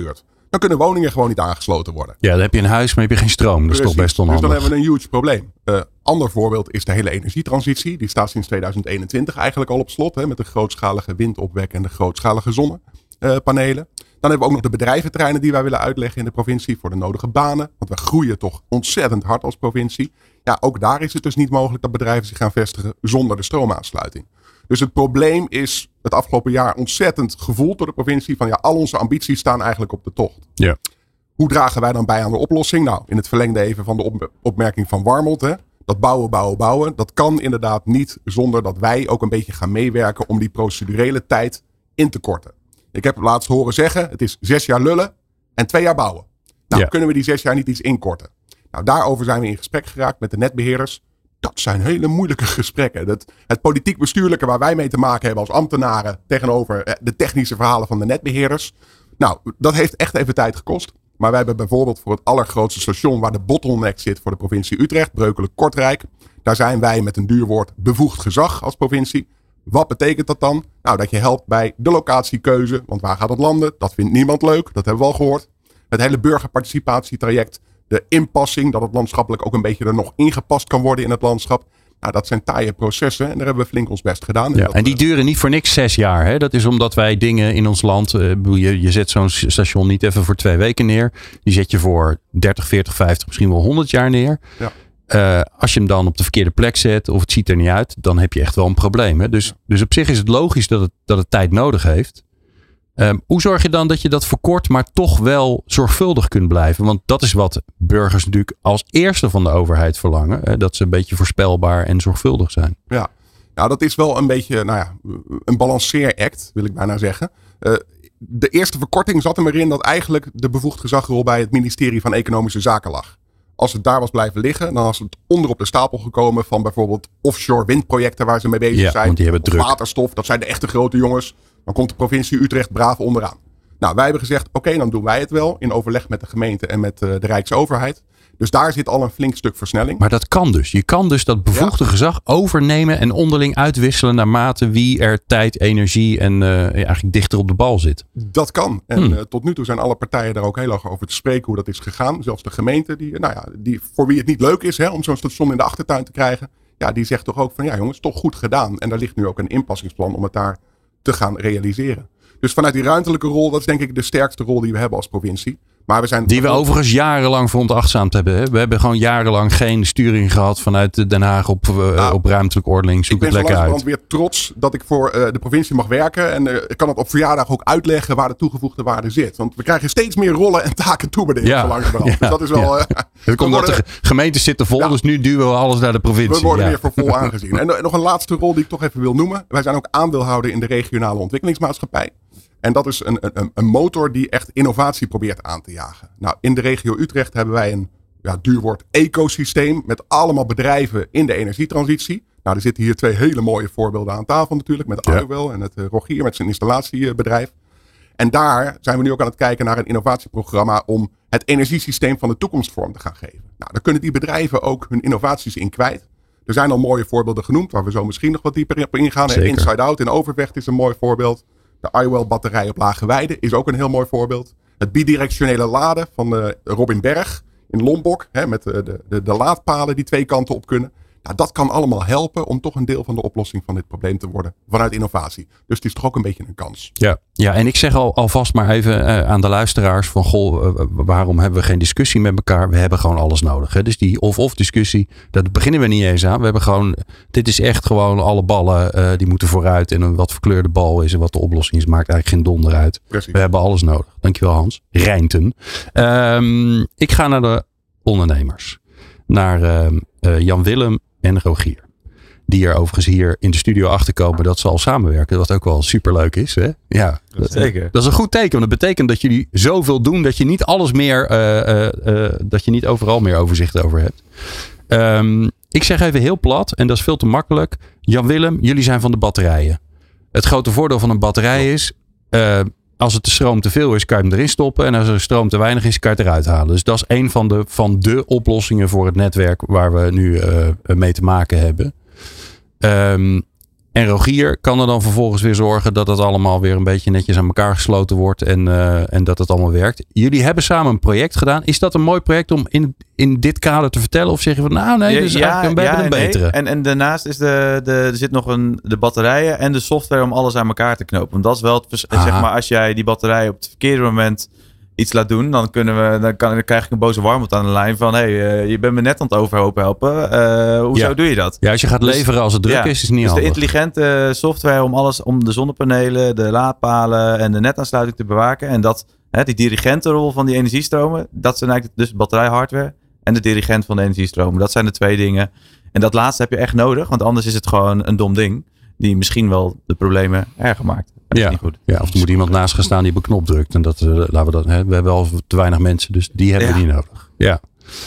[SPEAKER 7] dan kunnen woningen gewoon niet aangesloten worden.
[SPEAKER 3] Ja, dan heb je een huis, maar heb je geen stroom. Dat is toch best onhandig.
[SPEAKER 7] Dus dan hebben we een huge probleem. Uh, ander voorbeeld is de hele energietransitie. Die staat sinds tweeduizend eenentwintig eigenlijk al op slot. Hè, met de grootschalige windopwek en de grootschalige zonnepanelen. Uh, dan hebben we ook nog de bedrijventerreinen die wij willen uitleggen in de provincie. Voor de nodige banen. Want we groeien toch ontzettend hard als provincie. Ja, ook daar is het dus niet mogelijk dat bedrijven zich gaan vestigen zonder de stroomaansluiting. Dus het probleem is het afgelopen jaar ontzettend gevoeld door de provincie. Van ja, al onze ambities staan eigenlijk op de tocht.
[SPEAKER 3] Ja.
[SPEAKER 7] Hoe dragen wij dan bij aan de oplossing? Nou, in het verlengde even van de op- opmerking van Warmelt. Hè? Dat bouwen, bouwen, bouwen. Dat kan inderdaad niet zonder dat wij ook een beetje gaan meewerken om die procedurele tijd in te korten. Ik heb laatst horen zeggen, het is zes jaar lullen en twee jaar bouwen. Nou,
[SPEAKER 3] Ja.
[SPEAKER 7] kunnen we die zes jaar niet iets inkorten? Nou, daarover zijn we in gesprek geraakt met de netbeheerders. Dat zijn hele moeilijke gesprekken. Het, het politiek-bestuurlijke waar wij mee te maken hebben als ambtenaren tegenover de technische verhalen van de netbeheerders. Nou, dat heeft echt even tijd gekost. Maar wij hebben bijvoorbeeld voor het allergrootste station waar de bottleneck zit voor de provincie Utrecht, Breukelen-Kortrijk. Daar zijn wij met een duur woord bevoegd gezag als provincie. Wat betekent dat dan? Nou, dat je helpt bij de locatiekeuze. Want waar gaat het landen? Dat vindt niemand leuk. Dat hebben we al gehoord. Het hele burgerparticipatietraject. De inpassing, dat het landschappelijk ook een beetje er nog ingepast kan worden in het landschap. Nou, dat zijn taaie processen en daar hebben we flink ons best gedaan.
[SPEAKER 3] Ja,
[SPEAKER 7] dat,
[SPEAKER 3] en die duren niet voor niks zes jaar. Hè? Dat is omdat wij dingen in ons land... Uh, je, je zet zo'n station niet even voor twee weken neer. Die zet je voor dertig, veertig, vijftig, misschien wel honderd jaar neer.
[SPEAKER 7] Ja.
[SPEAKER 3] Uh, als je hem dan op de verkeerde plek zet of het ziet er niet uit... dan heb je echt wel een probleem. Hè? Dus, ja. dus op zich is het logisch dat het, dat het tijd nodig heeft. Um, hoe zorg je dan dat je dat verkort, maar toch wel zorgvuldig kunt blijven? Want dat is wat burgers natuurlijk als eerste van de overheid verlangen. Hè? Dat ze een beetje voorspelbaar en zorgvuldig zijn.
[SPEAKER 7] Ja, nou dat is wel een beetje nou ja, een balanceeract, wil ik bijna zeggen. Uh, de eerste verkorting zat er erin dat eigenlijk de bevoegd gezagrol bij het ministerie van Economische Zaken lag. Als het daar was blijven liggen, dan was het onder op de stapel gekomen van bijvoorbeeld offshore windprojecten waar ze mee bezig
[SPEAKER 3] ja,
[SPEAKER 7] zijn.
[SPEAKER 3] Want die hebben druk.
[SPEAKER 7] Waterstof, dat zijn de echte grote jongens. Dan komt de provincie Utrecht braaf onderaan. Nou, wij hebben gezegd, oké, okay, dan doen wij het wel. In overleg met de gemeente en met uh, de Rijksoverheid. Dus daar zit al een flink stuk versnelling.
[SPEAKER 3] Maar dat kan dus. Je kan dus dat bevoegde ja. gezag overnemen en onderling uitwisselen naarmate wie er tijd, energie en uh, eigenlijk dichter op de bal zit.
[SPEAKER 7] Dat kan. En hmm. uh, tot nu toe zijn alle partijen daar ook heel erg over te spreken hoe dat is gegaan. Zelfs de gemeente, die, nou ja, die, voor wie het niet leuk is hè, om zo'n station in de achtertuin te krijgen. Ja, die zegt toch ook van ja jongens, toch goed gedaan. En daar ligt nu ook een inpassingsplan om het daar te gaan realiseren. Dus vanuit die ruimtelijke rol, dat is denk ik de sterkste rol die we hebben als provincie. Maar we zijn
[SPEAKER 3] die we overigens jarenlang veronachtzaamd hebben. Hè? We hebben gewoon jarenlang geen sturing gehad vanuit Den Haag op, uh, nou, op ruimtelijke ordening. Zoek het lekker uit. Ik ben zo
[SPEAKER 7] weer trots dat ik voor uh, de provincie mag werken. En uh, ik kan het op verjaardag ook uitleggen waar de toegevoegde waarde zit. Want we krijgen steeds meer rollen en taken toe. Ja, langzamerhand. Ja, dus dat is wel... Ja. Uh,
[SPEAKER 3] het komt worden, dat de gemeentes zitten vol, ja, dus nu duwen we alles naar de provincie.
[SPEAKER 7] We worden
[SPEAKER 3] ja.
[SPEAKER 7] weer voor vol aangezien. En uh, nog een laatste rol die ik toch even wil noemen. Wij zijn ook aandeelhouder in de regionale ontwikkelingsmaatschappij. En dat is een, een, een motor die echt innovatie probeert aan te jagen. Nou, in de regio Utrecht hebben wij een ja, duur woord ecosysteem met allemaal bedrijven in de energietransitie. Nou, er zitten hier twee hele mooie voorbeelden aan tafel natuurlijk. Met ja. Arwel en het uh, Rogier met zijn installatiebedrijf. En daar zijn we nu ook aan het kijken naar een innovatieprogramma om het energiesysteem van de toekomst vorm te gaan geven. Nou, daar kunnen die bedrijven ook hun innovaties in kwijt. Er zijn al mooie voorbeelden genoemd waar we zo misschien nog wat dieper op ingaan. Inside Out in Overvecht is een mooi voorbeeld. De Iwell batterij op Lage Weide is ook een heel mooi voorbeeld. Het bidirectionele laden van uh, Robin Berg in Lombok. Hè, met de, de, de, de laadpalen die twee kanten op kunnen. Nou, dat kan allemaal helpen om toch een deel van de oplossing van dit probleem te worden. Vanuit innovatie. Dus het is toch ook een beetje een kans.
[SPEAKER 3] Ja, ja en ik zeg al, alvast maar even uh, aan de luisteraars. Van goh, uh, waarom hebben we geen discussie met elkaar? We hebben gewoon alles nodig. Hè? Dus die of-of discussie, dat beginnen we niet eens aan. We hebben gewoon, dit is echt gewoon alle ballen. Uh, die moeten vooruit. En een wat verkleurde bal is en wat de oplossing is. Maakt eigenlijk geen donder uit.
[SPEAKER 7] Precies.
[SPEAKER 3] We hebben alles nodig. Dankjewel Hans. Rijnten. Um, ik ga naar de ondernemers. Naar uh, uh, Jan Willem en Rogier. Die er overigens hier in de studio achterkomen dat ze al samenwerken. Wat ook wel superleuk is. Hè? Ja,
[SPEAKER 5] dat, zeker.
[SPEAKER 3] Dat is een goed teken. Want dat betekent dat jullie zoveel doen. Dat je niet alles meer. Uh, uh, uh, dat je niet overal meer overzicht over hebt. Um, ik zeg even heel plat. En dat is veel te makkelijk. Jan Willem, jullie zijn van de batterijen. Het grote voordeel van een batterij is. Uh, als het de stroom te veel is, kan je hem erin stoppen. En als er stroom te weinig is, kan je het eruit halen. Dus dat is een van de, van de oplossingen voor het netwerk waar we nu uh, mee te maken hebben. Um, En Rogier kan er dan vervolgens weer zorgen dat het allemaal weer een beetje netjes aan elkaar gesloten wordt. En, uh, en dat het allemaal werkt. Jullie hebben samen een project gedaan. Is dat een mooi project om in, in dit kader te vertellen? Of zeg je van nou nee, dat is ja, eigenlijk een, ja, een nee. betere.
[SPEAKER 5] En, en daarnaast is de, de, er zit nog een, de batterijen en de software om alles aan elkaar te knopen. Want dat is wel het vers- zeg maar als jij die batterij op het verkeerde moment iets laat doen, dan kunnen we, dan, kan, dan krijg ik een boze warmond aan de lijn van hé, hey, uh, je bent me net aan het overhoop helpen. Uh, hoezo ja. doe je dat?
[SPEAKER 3] Ja, als je gaat dus, leveren als het druk ja, is, is het niet
[SPEAKER 5] dus
[SPEAKER 3] handig.
[SPEAKER 5] Dus de intelligente software om alles, om de zonnepanelen, de laadpalen en de netaansluiting te bewaken. En dat, hè, die dirigentenrol van die energiestromen, dat zijn eigenlijk dus batterijhardware en de dirigent van de energiestromen. Dat zijn de twee dingen. En dat laatste heb je echt nodig, want anders is het gewoon een dom ding die misschien wel de problemen erger maakt.
[SPEAKER 3] Ja, goed. Ja, of er moet iemand naast gaan staan die op een knop drukt. En dat, uh, laten we, dat hè, we hebben al te weinig mensen, dus die hebben ja. we niet nodig. Ja.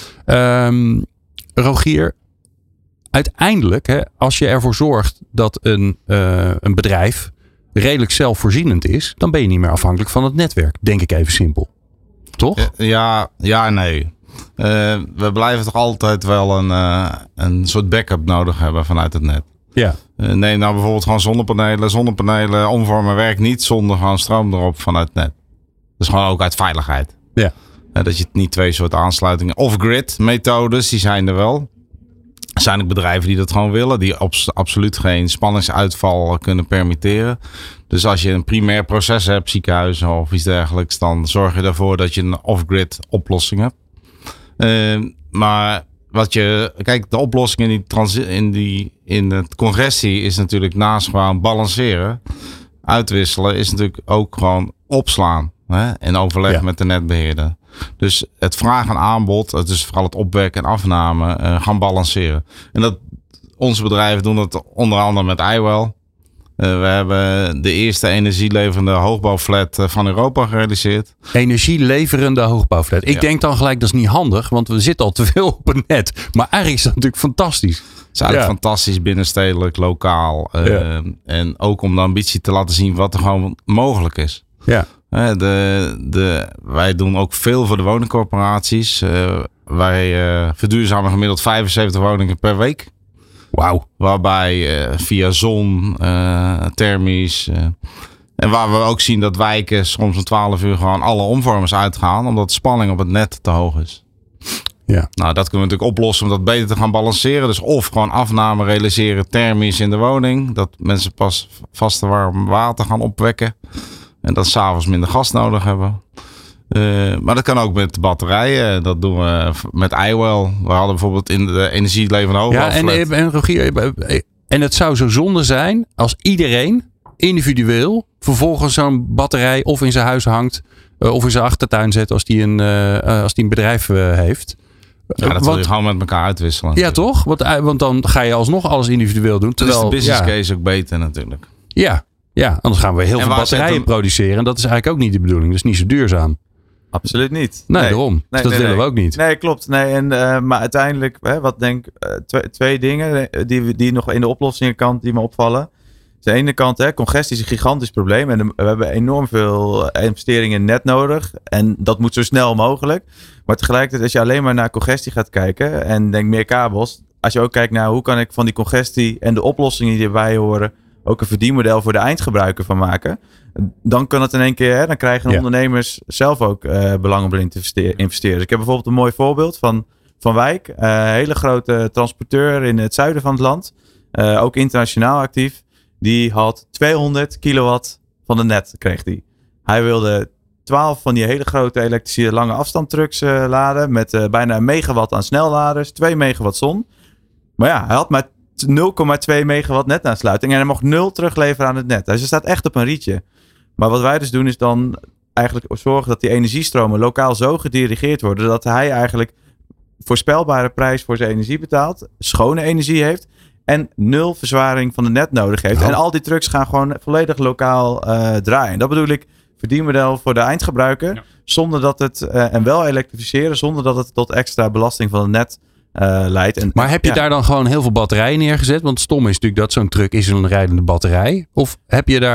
[SPEAKER 3] Um, Rogier, uiteindelijk, hè, als je ervoor zorgt dat een, uh, een bedrijf redelijk zelfvoorzienend is, dan ben je niet meer afhankelijk van het netwerk. Denk ik even simpel. Toch?
[SPEAKER 4] Ja, ja nee. Uh, we blijven toch altijd wel een, uh, een soort backup nodig hebben vanuit het net.
[SPEAKER 3] Ja.
[SPEAKER 4] Uh, nee, nou bijvoorbeeld gewoon zonnepanelen. Zonnepanelen omvormen werkt niet zonder gewoon stroom erop vanuit het net. Dus gewoon ook uit veiligheid.
[SPEAKER 3] Ja.
[SPEAKER 4] Uh, dat je niet twee soorten aansluitingen. Off-grid methodes, die zijn er wel. Er zijn ook bedrijven die dat gewoon willen. Die op, absoluut geen spanningsuitval kunnen permitteren. Dus als je een primair proces hebt, ziekenhuizen of iets dergelijks, dan zorg je ervoor dat je een off-grid oplossing hebt. Uh, maar wat je, kijk, de oplossing in die, transi- in die in het congressie is natuurlijk naast gewoon balanceren, uitwisselen, is natuurlijk ook gewoon opslaan. Hè? In overleg ja. met de netbeheerder. Dus het vraag en aanbod, het is vooral het opwekken en afname, uh, gaan balanceren. En dat, onze bedrijven doen dat onder andere met iWell. Uh, we hebben de eerste energieleverende hoogbouwflat van Europa gerealiseerd.
[SPEAKER 3] Energieleverende hoogbouwflat. Ik ja. denk dan gelijk, dat is niet handig, want we zitten al te veel op het net. Maar eigenlijk is dat natuurlijk fantastisch.
[SPEAKER 4] Het is eigenlijk ja. fantastisch binnenstedelijk, lokaal. Uh, ja. En ook om de ambitie te laten zien wat er gewoon mogelijk is.
[SPEAKER 3] Ja.
[SPEAKER 4] Uh, de, de, wij doen ook veel voor de woningcorporaties. Uh, wij uh, verduurzamen gemiddeld vijfenzeventig woningen per week.
[SPEAKER 3] Wauw.
[SPEAKER 4] Waarbij uh, via zon, uh, thermisch. Uh, en waar we ook zien dat wijken soms om twaalf uur gewoon alle omvormers uitgaan. Omdat de spanning op het net te hoog is.
[SPEAKER 3] Ja.
[SPEAKER 4] Nou, dat kunnen we natuurlijk oplossen om dat beter te gaan balanceren. Dus of gewoon afname realiseren thermisch in de woning. Dat mensen pas vaste warm water gaan opwekken. En dat 's avonds minder gas nodig hebben. Uh, maar dat kan ook met batterijen. Dat doen we met iWell. We hadden bijvoorbeeld in de energielevende hoogbouwflat.
[SPEAKER 3] Ja, en, en Rogier, en het zou zo zonde zijn als iedereen individueel vervolgens zo'n batterij of in zijn huis hangt of in zijn achtertuin zet als die een, uh, als die een bedrijf uh, heeft.
[SPEAKER 4] Ja, dat want, wil je gewoon met elkaar uitwisselen.
[SPEAKER 3] Ja, toch? Want, want dan ga je alsnog alles individueel doen. Terwijl,
[SPEAKER 4] dan is de business
[SPEAKER 3] ja.
[SPEAKER 4] case ook beter natuurlijk.
[SPEAKER 3] Ja, ja, anders gaan we heel en veel batterijen hem... produceren. En dat is eigenlijk ook niet de bedoeling. Dat is niet zo duurzaam.
[SPEAKER 5] Absoluut niet.
[SPEAKER 3] Nee, nee. daarom. Nee, dus dat
[SPEAKER 5] nee,
[SPEAKER 3] willen
[SPEAKER 5] nee.
[SPEAKER 3] we ook niet.
[SPEAKER 5] Nee, klopt. Nee, en, uh, maar uiteindelijk, hè, wat denk uh, twee, twee dingen die, die nog in de oplossingskant die me opvallen. Aan de ene kant, hè, congestie is een gigantisch probleem. En we hebben enorm veel investeringen in net nodig. En dat moet zo snel mogelijk. Maar tegelijkertijd, als je alleen maar naar congestie gaat kijken en denkt meer kabels. Als je ook kijkt naar hoe kan ik van die congestie en de oplossingen die erbij horen ook een verdienmodel voor de eindgebruiker van maken. Dan kan het in één keer, hè, dan krijgen ja. ondernemers zelf ook uh, belang om erin te investeren. Dus ik heb bijvoorbeeld een mooi voorbeeld van Van Wijk. Een uh, hele grote transporteur in het zuiden van het land. Uh, ook internationaal actief. Die had tweehonderd kilowatt van de net, kreeg die. Hij wilde twaalf van die hele grote elektrische lange afstandtrucks uh, laden. Met uh, bijna een megawatt aan snelladers. twee megawatt zon. Maar ja, hij had maar nul komma twee megawatt netaansluiting. En hij mocht nul terugleveren aan het net. Dus hij staat echt op een rietje. Maar wat wij dus doen is dan eigenlijk zorgen dat die energiestromen lokaal zo gedirigeerd worden. Dat hij eigenlijk voorspelbare prijs voor zijn energie betaalt. Schone energie heeft. En nul verzwaring van de net nodig heeft. Oh. En al die trucks gaan gewoon volledig lokaal uh, draaien. Dat bedoel ik verdienmodel voor de eindgebruiker. Ja. Zonder dat het, uh, en wel elektrificeren. Zonder dat het tot extra belasting van het net Uh, leidt. En,
[SPEAKER 3] maar heb je ja. daar dan gewoon heel veel batterijen neergezet? Want stom is natuurlijk dat zo'n truck is een rijdende batterij. Of heb je daar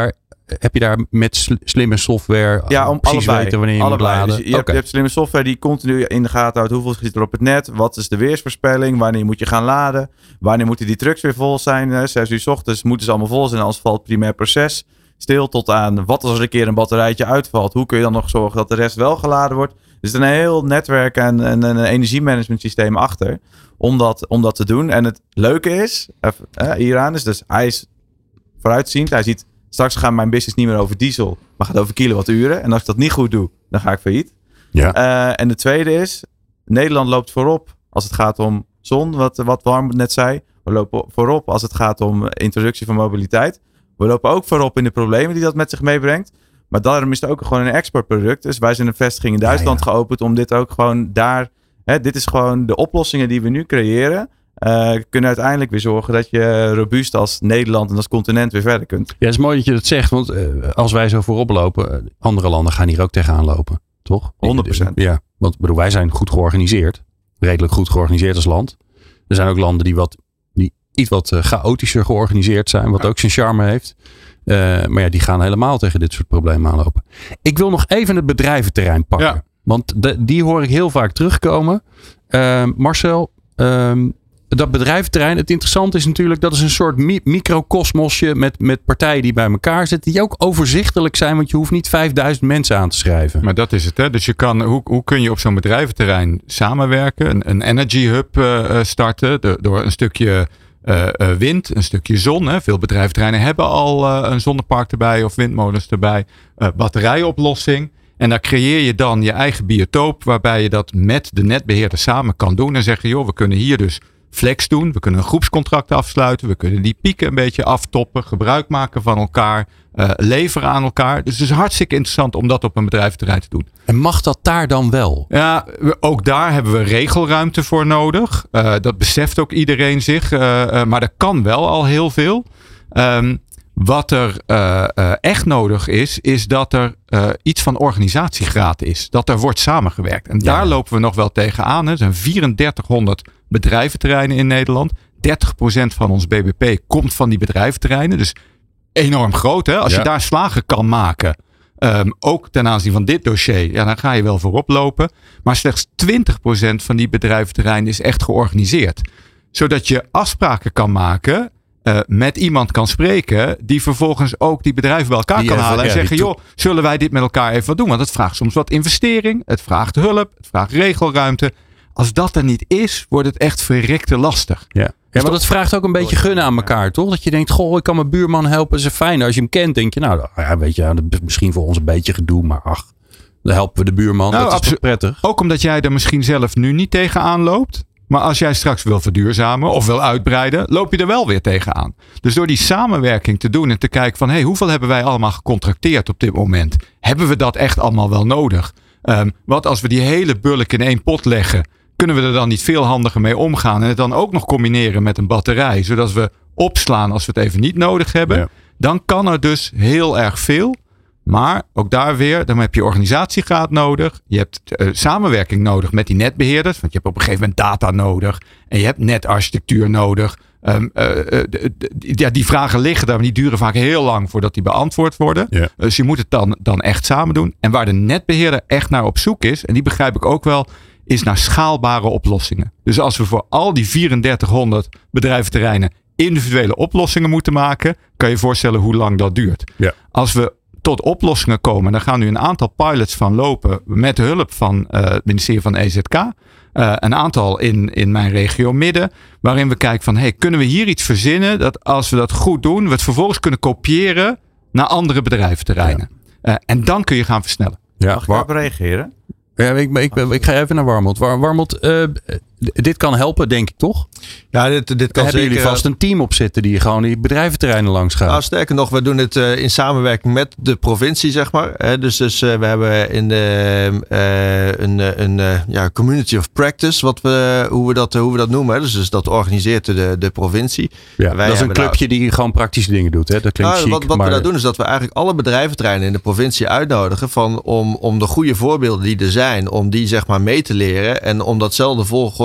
[SPEAKER 3] heb je daar met sl- slimme software
[SPEAKER 5] ja, om
[SPEAKER 3] precies
[SPEAKER 5] allebei,
[SPEAKER 3] weten wanneer je
[SPEAKER 5] allebei.
[SPEAKER 3] moet laden?
[SPEAKER 5] Dus je, hebt,
[SPEAKER 3] okay.
[SPEAKER 5] je hebt slimme software die continu in de gaten houdt. Hoeveel zit er op het net? Wat is de weersvoorspelling? Wanneer moet je gaan laden? Wanneer moeten die trucks weer vol zijn? Zes uur 's ochtends moeten ze allemaal vol zijn. Anders valt het primair proces stil, tot aan wat als er een keer een batterijtje uitvalt. Hoe kun je dan nog zorgen dat de rest wel geladen wordt? Dus er is een heel netwerk en, en een energiemanagement systeem achter om dat, om dat te doen. En het leuke is, eh, hieraan is dus, hij is vooruitziend. Hij ziet, straks gaat mijn business niet meer over diesel, maar gaat over kilowatturen. En als ik dat niet goed doe, dan ga ik failliet.
[SPEAKER 3] Ja.
[SPEAKER 5] Uh, en de tweede is, Nederland loopt voorop als het gaat om zon, wat, wat Warm net zei. We lopen voorop als het gaat om introductie van mobiliteit. We lopen ook voorop in de problemen die dat met zich meebrengt. Maar daarom is het ook gewoon een exportproduct. Dus wij zijn een vestiging in Duitsland ja, ja. geopend om dit ook gewoon daar... Hè, dit is gewoon de oplossingen die we nu creëren. Uh, kunnen uiteindelijk weer zorgen dat je robuust als Nederland en als continent weer verder kunt.
[SPEAKER 3] Ja, het is mooi dat je dat zegt. Want uh, als wij zo voorop lopen, andere landen gaan hier ook tegenaan lopen. Toch?
[SPEAKER 5] honderd procent.
[SPEAKER 3] Ja, want bedoel, wij zijn goed georganiseerd. Redelijk goed georganiseerd als land. Er zijn ook landen die wat... die iets wat uh, chaotischer georganiseerd zijn. Wat ook zijn charme heeft. Uh, maar ja, die gaan helemaal tegen dit soort problemen aanlopen. Ik wil nog even het bedrijventerrein pakken. Ja. Want de, die hoor ik heel vaak terugkomen. Uh, Marcel, um, dat bedrijventerrein. Het interessante is natuurlijk, dat is een soort mi- microcosmosje met, met partijen die bij elkaar zitten. Die ook overzichtelijk zijn, want je hoeft niet vijfduizend mensen aan te schrijven.
[SPEAKER 2] Maar dat is het, hè. Dus je kan, hoe, hoe kun je op zo'n bedrijventerrein samenwerken? Een, een energy hub uh, starten de, door een stukje... Uh, uh, wind, een stukje zon. Hè. Veel bedrijventerreinen hebben al uh, een zonnepark erbij of windmolens erbij. Uh, batterijoplossing. En daar creëer je dan je eigen biotoop waarbij je dat met de netbeheerder samen kan doen. En zeggen, joh, we kunnen hier dus flex doen. We kunnen een groepscontract afsluiten. We kunnen die pieken een beetje aftoppen. Gebruik maken van elkaar. Uh, leveren aan elkaar. Dus het is hartstikke interessant om dat op een bedrijventerrein te doen.
[SPEAKER 3] En mag dat daar dan wel?
[SPEAKER 2] Ja, ook daar hebben we regelruimte voor nodig. Uh, dat beseft ook iedereen zich. Uh, uh, maar er kan wel al heel veel. Um, wat er uh, uh, echt nodig is, is dat er uh, iets van organisatiegraad is. Dat er wordt samengewerkt. En daar ja. lopen we nog wel tegenaan. Hè. Er zijn drieëndertighonderd bedrijventerreinen in Nederland. dertig procent van ons B B P komt van die bedrijventerreinen. Dus enorm groot. Hè? Als ja. je daar slagen kan maken. Um, ook ten aanzien van dit dossier. Ja, dan ga je wel voorop lopen. Maar slechts twintig procent van die bedrijventerreinen is echt georganiseerd. Zodat je afspraken kan maken. Uh, met iemand kan spreken. Die vervolgens ook die bedrijven bij elkaar die kan halen. En ja, zeggen, joh, zullen wij dit met elkaar even wat doen? Want het vraagt soms wat investering. Het vraagt hulp. Het vraagt regelruimte. Als dat er niet is, wordt het echt verrekte lastig.
[SPEAKER 3] Ja. Ja, maar dat vraagt ook een beetje gunnen aan elkaar, toch? Dat je denkt, goh, ik kan mijn buurman helpen. Dat is fijn. Als je hem kent, denk je, nou, ja, weet je, dat is misschien voor ons een beetje gedoe. Maar ach, dan helpen we de buurman. Nou, dat is abso- toch prettig?
[SPEAKER 2] Ook omdat jij er misschien zelf nu niet tegenaan loopt. Maar als jij straks wil verduurzamen of wil uitbreiden, loop je er wel weer tegenaan. Dus door die samenwerking te doen en te kijken van, hé, hey, hoeveel hebben wij allemaal gecontracteerd op dit moment? Hebben we dat echt allemaal wel nodig? Um, wat als we die hele bulk in één pot leggen? Kunnen we er dan niet veel handiger mee omgaan? En het dan ook nog combineren met een batterij. Zodat we opslaan als we het even niet nodig hebben. Ja. Dan kan er dus heel erg veel. Maar ook daar weer, dan heb je organisatiegraad nodig. Je hebt uh, samenwerking nodig met die netbeheerders. Want je hebt op een gegeven moment data nodig. En je hebt netarchitectuur nodig. Um, uh, uh, d- d- ja, die vragen liggen daar, maar die duren vaak heel lang voordat die beantwoord worden. Ja. Dus je moet het dan, dan echt samen doen. En waar de netbeheerder echt naar op zoek is, en die begrijp ik ook wel, is naar schaalbare oplossingen. Dus als we voor al die drieëndertighonderd bedrijventerreinen individuele oplossingen moeten maken, kan je je voorstellen hoe lang dat duurt. Ja. Als we tot oplossingen komen, daar gaan nu een aantal pilots van lopen met hulp van uh, het ministerie van E Z K. Uh, een aantal in, in mijn regio midden, waarin we kijken van, hey, kunnen we hier iets verzinnen dat als we dat goed doen, we het vervolgens kunnen kopiëren naar andere bedrijventerreinen. Ja. Uh, en dan kun je gaan versnellen.
[SPEAKER 5] Ja, mag ik daarop reageren?
[SPEAKER 3] Ja, ik, ik, ik, ik ga even naar Warmond. War, Warmond, uh, dit kan helpen, denk ik, toch?
[SPEAKER 6] Ja, dit, dit kan
[SPEAKER 3] hebben
[SPEAKER 6] zeker.
[SPEAKER 3] Jullie vast een team opzetten die gewoon die bedrijventerreinen langs gaat?
[SPEAKER 6] Nou, sterker nog, we doen het uh, in samenwerking met de provincie, zeg maar. He, dus dus uh, we hebben in de, uh, een, een uh, ja, community of practice, wat we, hoe, we dat, hoe we dat noemen. Hè. Dus, dus dat organiseert de, de provincie.
[SPEAKER 3] Ja, dat is een clubje daar die gewoon praktische dingen doet. Hè? Dat klinkt nou, chic,
[SPEAKER 6] wat wat
[SPEAKER 3] maar...
[SPEAKER 6] we daar doen is dat we eigenlijk alle bedrijventerreinen in de provincie uitnodigen van, om, om de goede voorbeelden die er zijn, om die zeg maar mee te leren en om datzelfde volg-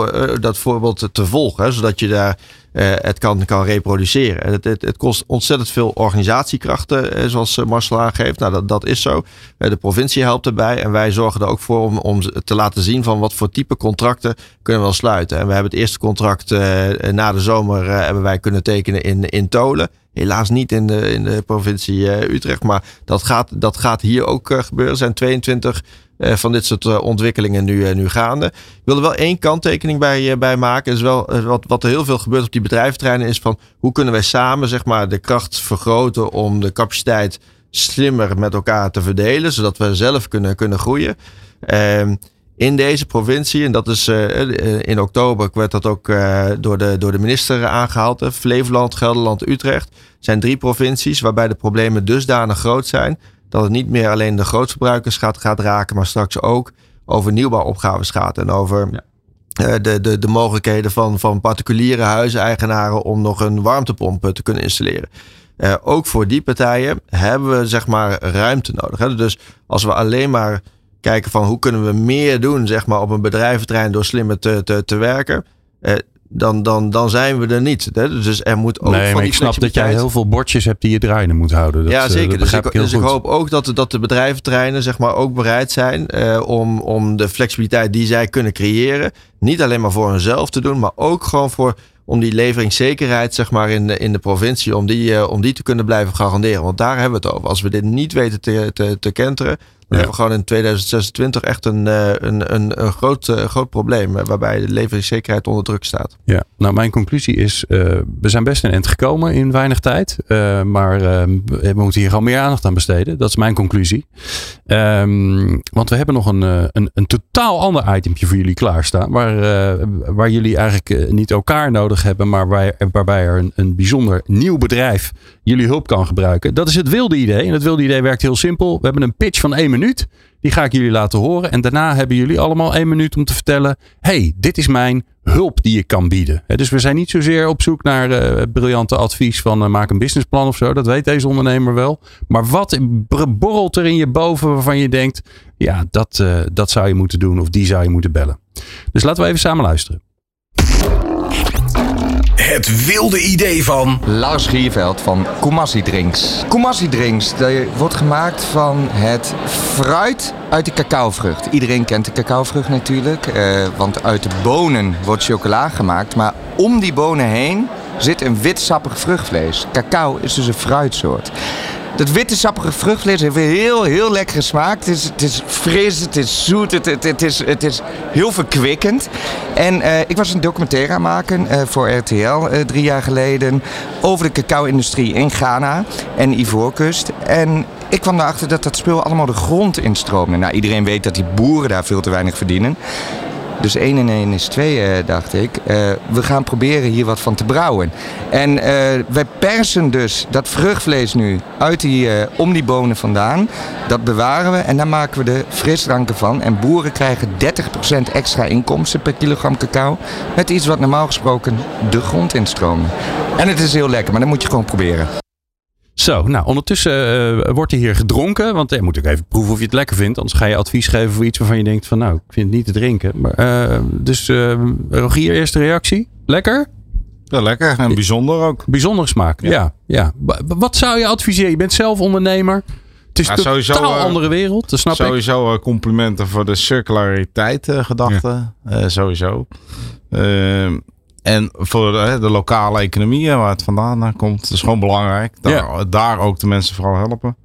[SPEAKER 6] voor, uh, dat voorbeeld te volgen. Hè, zodat je daar uh, het kan, kan reproduceren. Het, het, het kost ontzettend veel organisatiekrachten, uh, zoals Marcel aangeeft. Nou, dat, dat is zo. Uh, de provincie helpt erbij. En wij zorgen er ook voor om, om te laten zien van wat voor type contracten kunnen we wel sluiten. En we hebben het eerste contract uh, na de zomer uh, hebben wij kunnen tekenen in, in Tolen. Helaas niet in de, in de provincie uh, Utrecht. Maar dat gaat, dat gaat hier ook uh, gebeuren. Er zijn tweeëntwintig uh, van dit soort uh, ontwikkelingen nu, uh, nu gaande. Ik wil er wel één kanttekening bij, uh, bij maken. Dus wel, uh, wat, wat er heel veel gebeurt op die bedrijventerreinen is van hoe kunnen wij samen zeg maar, de kracht vergroten om de capaciteit slimmer met elkaar te verdelen. Zodat we zelf kunnen, kunnen groeien. Uh, In deze provincie, en dat is uh, in oktober werd dat ook uh, door, de, door de minister aangehaald. Hè, Flevoland, Gelderland, Utrecht. zijn drie provincies waarbij de problemen dusdanig groot zijn dat het niet meer alleen de grootverbruikers gaat, gaat raken, maar straks ook over nieuwbouwopgaves gaat. En over ja. uh, de, de, de mogelijkheden van, van particuliere huiseigenaren om nog een warmtepomp te kunnen installeren. Uh, ook voor die partijen hebben we zeg maar ruimte nodig. Hè? Dus als we alleen maar kijken van hoe kunnen we meer doen zeg maar, op een bedrijventerrein door slimmer te, te, te werken. Uh, dan, dan, dan zijn we er niet. Hè? Dus er moet ook
[SPEAKER 3] nee,
[SPEAKER 6] van
[SPEAKER 3] maar
[SPEAKER 6] die
[SPEAKER 3] ik snap dat jij heel veel bordjes hebt die je draaiende moet houden. Dat,
[SPEAKER 6] ja, zeker.
[SPEAKER 3] Dat
[SPEAKER 6] dus ik,
[SPEAKER 3] ik, heel
[SPEAKER 6] dus ik hoop ook dat de, dat de bedrijventerreinen zeg maar, ook bereid zijn uh, om, om de flexibiliteit die zij kunnen creëren, niet alleen maar voor hunzelf te doen, maar ook gewoon voor om die leveringszekerheid zeg maar, in, de, in de provincie, om die, uh, om die te kunnen blijven garanderen. Want daar hebben we het over. Als we dit niet weten te, te, te kenteren, dan ja. hebben we gewoon in tweeduizend zesentwintig echt een, een, een, een groot, uh, groot probleem. Waarbij de leveringszekerheid onder druk staat.
[SPEAKER 3] Ja, nou mijn conclusie is, uh, we zijn best een eind gekomen in weinig tijd. Uh, maar uh, we moeten hier gewoon meer aandacht aan besteden. Dat is mijn conclusie. Um, want we hebben nog een, een, een totaal ander itempje voor jullie klaarstaan. Waar, uh, waar jullie eigenlijk uh, niet elkaar nodig hebben. Maar waar, waarbij er een, een bijzonder nieuw bedrijf jullie hulp kan gebruiken. Dat is het wilde idee. En het wilde idee werkt heel simpel. We hebben een pitch van één minuut. Die ga ik jullie laten horen. En daarna hebben jullie allemaal één minuut om te vertellen. Hey, dit is mijn hulp die ik kan bieden. Dus we zijn niet zozeer op zoek naar uh, briljante advies van uh, maak een businessplan of zo. Dat weet deze ondernemer wel. Maar wat borrelt er in je boven waarvan je denkt. Ja, dat, uh, dat zou je moeten doen of die zou je moeten bellen. Dus laten we even samen luisteren.
[SPEAKER 1] Het wilde idee van
[SPEAKER 8] Lars Gierveld van Koumassi Drinks. Koumassi Drinks dat wordt gemaakt van het fruit uit de cacaovrucht. Iedereen kent de cacaovrucht natuurlijk, eh, want uit de bonen wordt chocola gemaakt. Maar om die bonen heen zit een wit sappig vruchtvlees. Cacao is dus een fruitsoort. Dat witte sappige vruchtvlees heeft heel, heel lekkere smaak. Het is, het is fris, het is zoet, het, het, het, is, het is heel verkwikkend. En uh, ik was een documentaire aan het maken uh, voor R T L uh, drie jaar geleden over de cacao-industrie in Ghana en Ivoorkust. En ik kwam erachter dat dat spul allemaal de grond instroomde. Nou, iedereen weet dat die boeren daar veel te weinig verdienen. Dus één en één is twee, uh, dacht ik. Uh, we gaan proberen hier wat van te brouwen. En uh, wij persen dus dat vruchtvlees nu uit die, uh, om die bonen vandaan. Dat bewaren we en daar maken we de frisdranken van. En boeren krijgen dertig procent extra inkomsten per kilogram cacao. Met iets wat normaal gesproken de grond instroomt. En het is heel lekker, maar dat moet je gewoon proberen.
[SPEAKER 3] Zo, nou ondertussen uh, wordt er hier gedronken. Want je uh, moet ook even proeven of je het lekker vindt. Anders ga je advies geven voor iets waarvan je denkt van nou, ik vind het niet te drinken. Maar, uh, dus uh, Rogier, eerste reactie. Lekker?
[SPEAKER 4] Ja, lekker. En bijzonder ook.
[SPEAKER 3] Bijzondere smaak, ja. ja, ja. Wat zou je adviseren? Je bent zelf ondernemer. Het is een ja, totaal uh, andere wereld, dat snap
[SPEAKER 4] sowieso, ik. Sowieso uh, complimenten voor de circulariteit uh, gedachte. Ja. Uh, sowieso. Uh, En voor de, de lokale economie waar het vandaan komt. Dat is gewoon belangrijk. Daar, ja. daar ook de mensen vooral helpen.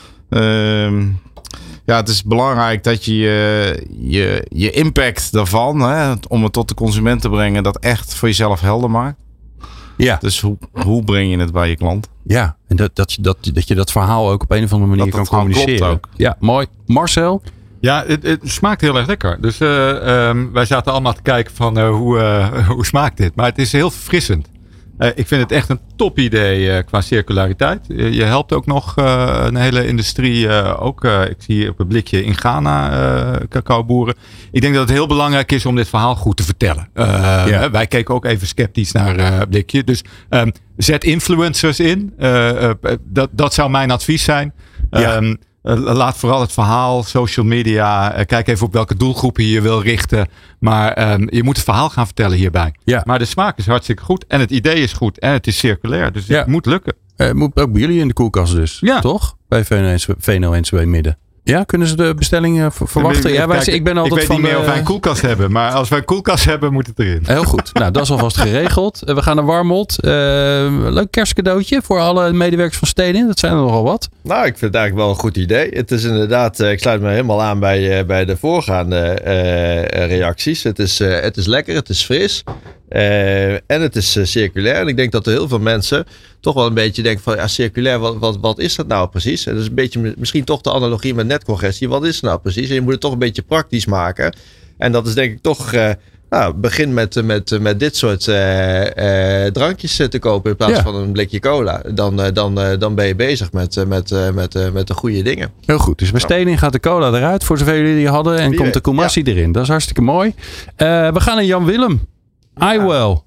[SPEAKER 4] Uh, ja, het is belangrijk dat je je, je impact daarvan, hè, om het tot de consument te brengen, dat echt voor jezelf helder maakt. Ja. Dus hoe, hoe breng je het bij je klant?
[SPEAKER 3] Ja, en dat, dat, dat, dat je dat verhaal ook op een of andere manier dat kan communiceren. Ook. Ja, mooi. Marcel?
[SPEAKER 2] Ja, het, het smaakt heel erg lekker. Dus uh, um, wij zaten allemaal te kijken van uh, hoe, uh, hoe smaakt dit. Maar het is heel verfrissend. Uh, ik vind het echt een top idee uh, qua circulariteit. Uh, je helpt ook nog uh, een hele industrie. Uh, ook, uh, ik zie hier op het blikje in Ghana uh, cacaoboeren. Ik denk dat het heel belangrijk is om dit verhaal goed te vertellen. Uh, ja. Wij keken ook even sceptisch naar uh, het blikje. Dus um, zet influencers in. Uh, uh, dat, dat zou mijn advies zijn. Ja. Um, Uh, laat vooral het verhaal, social media. Uh, kijk even op welke doelgroepen je je wil richten. Maar um, je moet het verhaal gaan vertellen hierbij. Ja. Maar de smaak is hartstikke goed. En het idee is goed. En het is circulair. Dus ja. het moet lukken.
[SPEAKER 3] Uh, moet ook bij jullie in de koelkast dus. Ja. Toch? Bij V N O N C W Midden. Ja, kunnen ze de bestellingen verwachten? Ja, wij, ik ben altijd
[SPEAKER 2] ik weet
[SPEAKER 3] van
[SPEAKER 2] niet meer
[SPEAKER 3] de...
[SPEAKER 2] of wij een koelkast hebben. Maar als wij een koelkast hebben, moet het erin.
[SPEAKER 3] Heel goed. Nou, dat is alvast geregeld. We gaan naar Warmond. Uh, leuk kerstcadeautje voor alle medewerkers van Stedin. Dat zijn er nogal wat.
[SPEAKER 6] Nou, ik vind het eigenlijk wel een goed idee. Het is inderdaad, ik sluit me helemaal aan bij, bij de voorgaande uh, reacties. Het is, uh, het is lekker, het is fris. Uh, en het is uh, circulair. En ik denk dat er heel veel mensen toch wel een beetje denken van ja, circulair, wat, wat, wat is dat nou precies? En dat is een beetje misschien toch de analogie met netcongestie. Wat is het nou precies? En je moet het toch een beetje praktisch maken. En dat is denk ik toch, uh, nou, begin met, met, met dit soort uh, uh, drankjes te kopen in plaats ja. van een blikje cola. Dan, uh, dan, uh, dan ben je bezig met, uh, met, uh, met, uh, met de goede dingen.
[SPEAKER 3] Heel goed. Dus bij Stedin gaat de cola eruit voor zoveel jullie die hadden en die komt de Koumassi ja. erin. Dat is hartstikke mooi. Uh, we gaan naar Jan Willem. I will.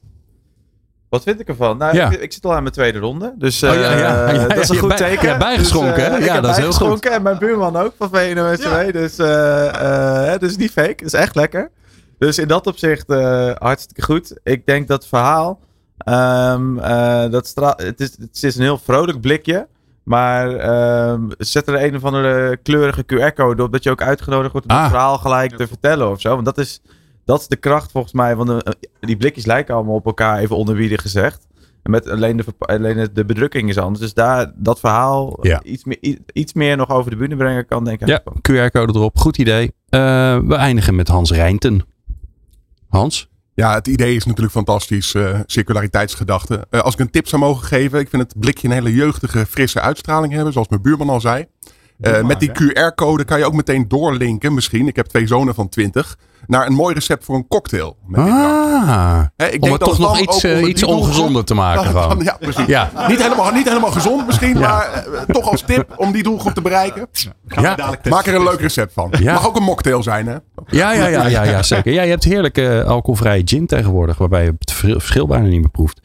[SPEAKER 5] Wat vind ik ervan? Nou, ja. ik, ik zit al aan mijn tweede ronde. Dus uh, oh, ja, ja. Ja,
[SPEAKER 3] dat
[SPEAKER 5] is een goed
[SPEAKER 3] bij,
[SPEAKER 5] teken.
[SPEAKER 3] Ja, bijgeschonken. Dus, uh,
[SPEAKER 5] hè? Ja,
[SPEAKER 3] dat is heel goed.
[SPEAKER 5] En mijn buurman ook van V N O N C W. Ja. Dus, uh, uh, dus niet fake. Het is echt lekker. Dus in dat opzicht uh, hartstikke goed. Ik denk dat het verhaal... Um, uh, dat stra- het, is, het is een heel vrolijk blikje. Maar um, zet er een of andere kleurige Q R-code op. Dat je ook uitgenodigd wordt om ah. het verhaal gelijk te vertellen of zo. Want dat is... Dat is de kracht volgens mij. Want de, die blikjes lijken allemaal op elkaar, even onderbiedig gezegd. En met alleen de, alleen de bedrukking is anders. Dus daar dat verhaal ja. iets, meer, iets meer nog over de bühne brengen kan, denk ik.
[SPEAKER 3] Ja, Q R-code erop. Goed idee. Uh, we eindigen met Hans Rijnten. Hans?
[SPEAKER 7] Ja, het idee is natuurlijk fantastisch. Uh, circulariteitsgedachte. Uh, als ik een tip zou mogen geven. Ik vind het blikje een hele jeugdige, frisse uitstraling hebben. Zoals mijn buurman al zei. Uh, met die Q R-code kan je ook meteen doorlinken misschien. Ik heb twee zonen van twintig. Naar een mooi recept voor een cocktail. Met
[SPEAKER 3] ah, He, ik om denk het toch nog iets, uh, iets ongezonder te maken. Dan,
[SPEAKER 7] dan, ja, precies. Ja. Niet, helemaal, niet helemaal gezond misschien. Ja. Maar uh, toch als tip om die doelgroep te bereiken. Ja. Maak er een leuk recept van. Ja. Mag ook een mocktail zijn, hè?
[SPEAKER 3] Ja, ja, ja, ja, ja zeker. Ja, je hebt heerlijke uh, alcoholvrije gin tegenwoordig. Waarbij je het verschil bijna niet meer proeft.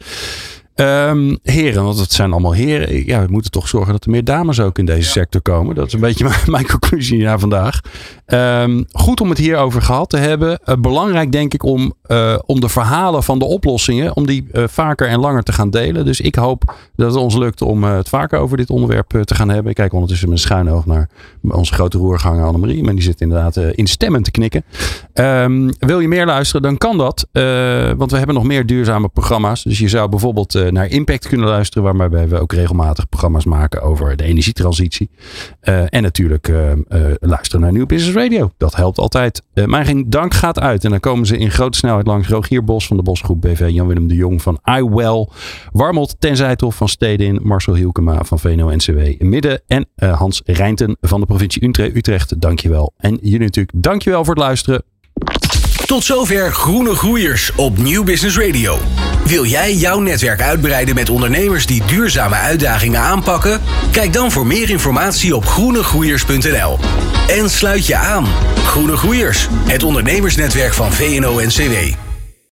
[SPEAKER 3] Um, heren, want het zijn allemaal heren. Ja, we moeten toch zorgen dat er meer dames ook in deze ja. sector komen. Dat is een beetje mijn, mijn conclusie na vandaag. Um, goed om het hierover gehad te hebben. Uh, belangrijk denk ik om, uh, om de verhalen van de oplossingen, om die uh, vaker en langer te gaan delen. Dus ik hoop dat het ons lukt om uh, het vaker over dit onderwerp uh, te gaan hebben. Ik kijk ondertussen met een schuin oog naar onze grote roerganger Annemarie. Maar die zit inderdaad uh, instemmend te knikken. Um, wil je meer luisteren, dan kan dat. Uh, want we hebben nog meer duurzame programma's. Dus je zou bijvoorbeeld uh, naar Impact kunnen luisteren. Waarbij we ook regelmatig programma's maken over de energietransitie. Uh, en natuurlijk uh, uh, luisteren naar Nieuw Business Radio. Dat helpt altijd. Uh, mijn dank gaat uit. En dan komen ze in grote snelheid langs. Rogier Bos van de Bosgroep B V. Jan-Willem de Jong van iWell. Warmolt ten Zijthof van Stedin. Marcel Hielkema van V N O N C W Midden. En uh, Hans Rijnten van de provincie Utrecht. Dankjewel. En jullie natuurlijk dankjewel voor het luisteren.
[SPEAKER 1] Tot zover Groene Groeiers op Nieuw Business Radio. Wil jij jouw netwerk uitbreiden met ondernemers die duurzame uitdagingen aanpakken? Kijk dan voor meer informatie op groene groeiers punt n l. En sluit je aan. Groene Groeiers, het ondernemersnetwerk van V N O N C W.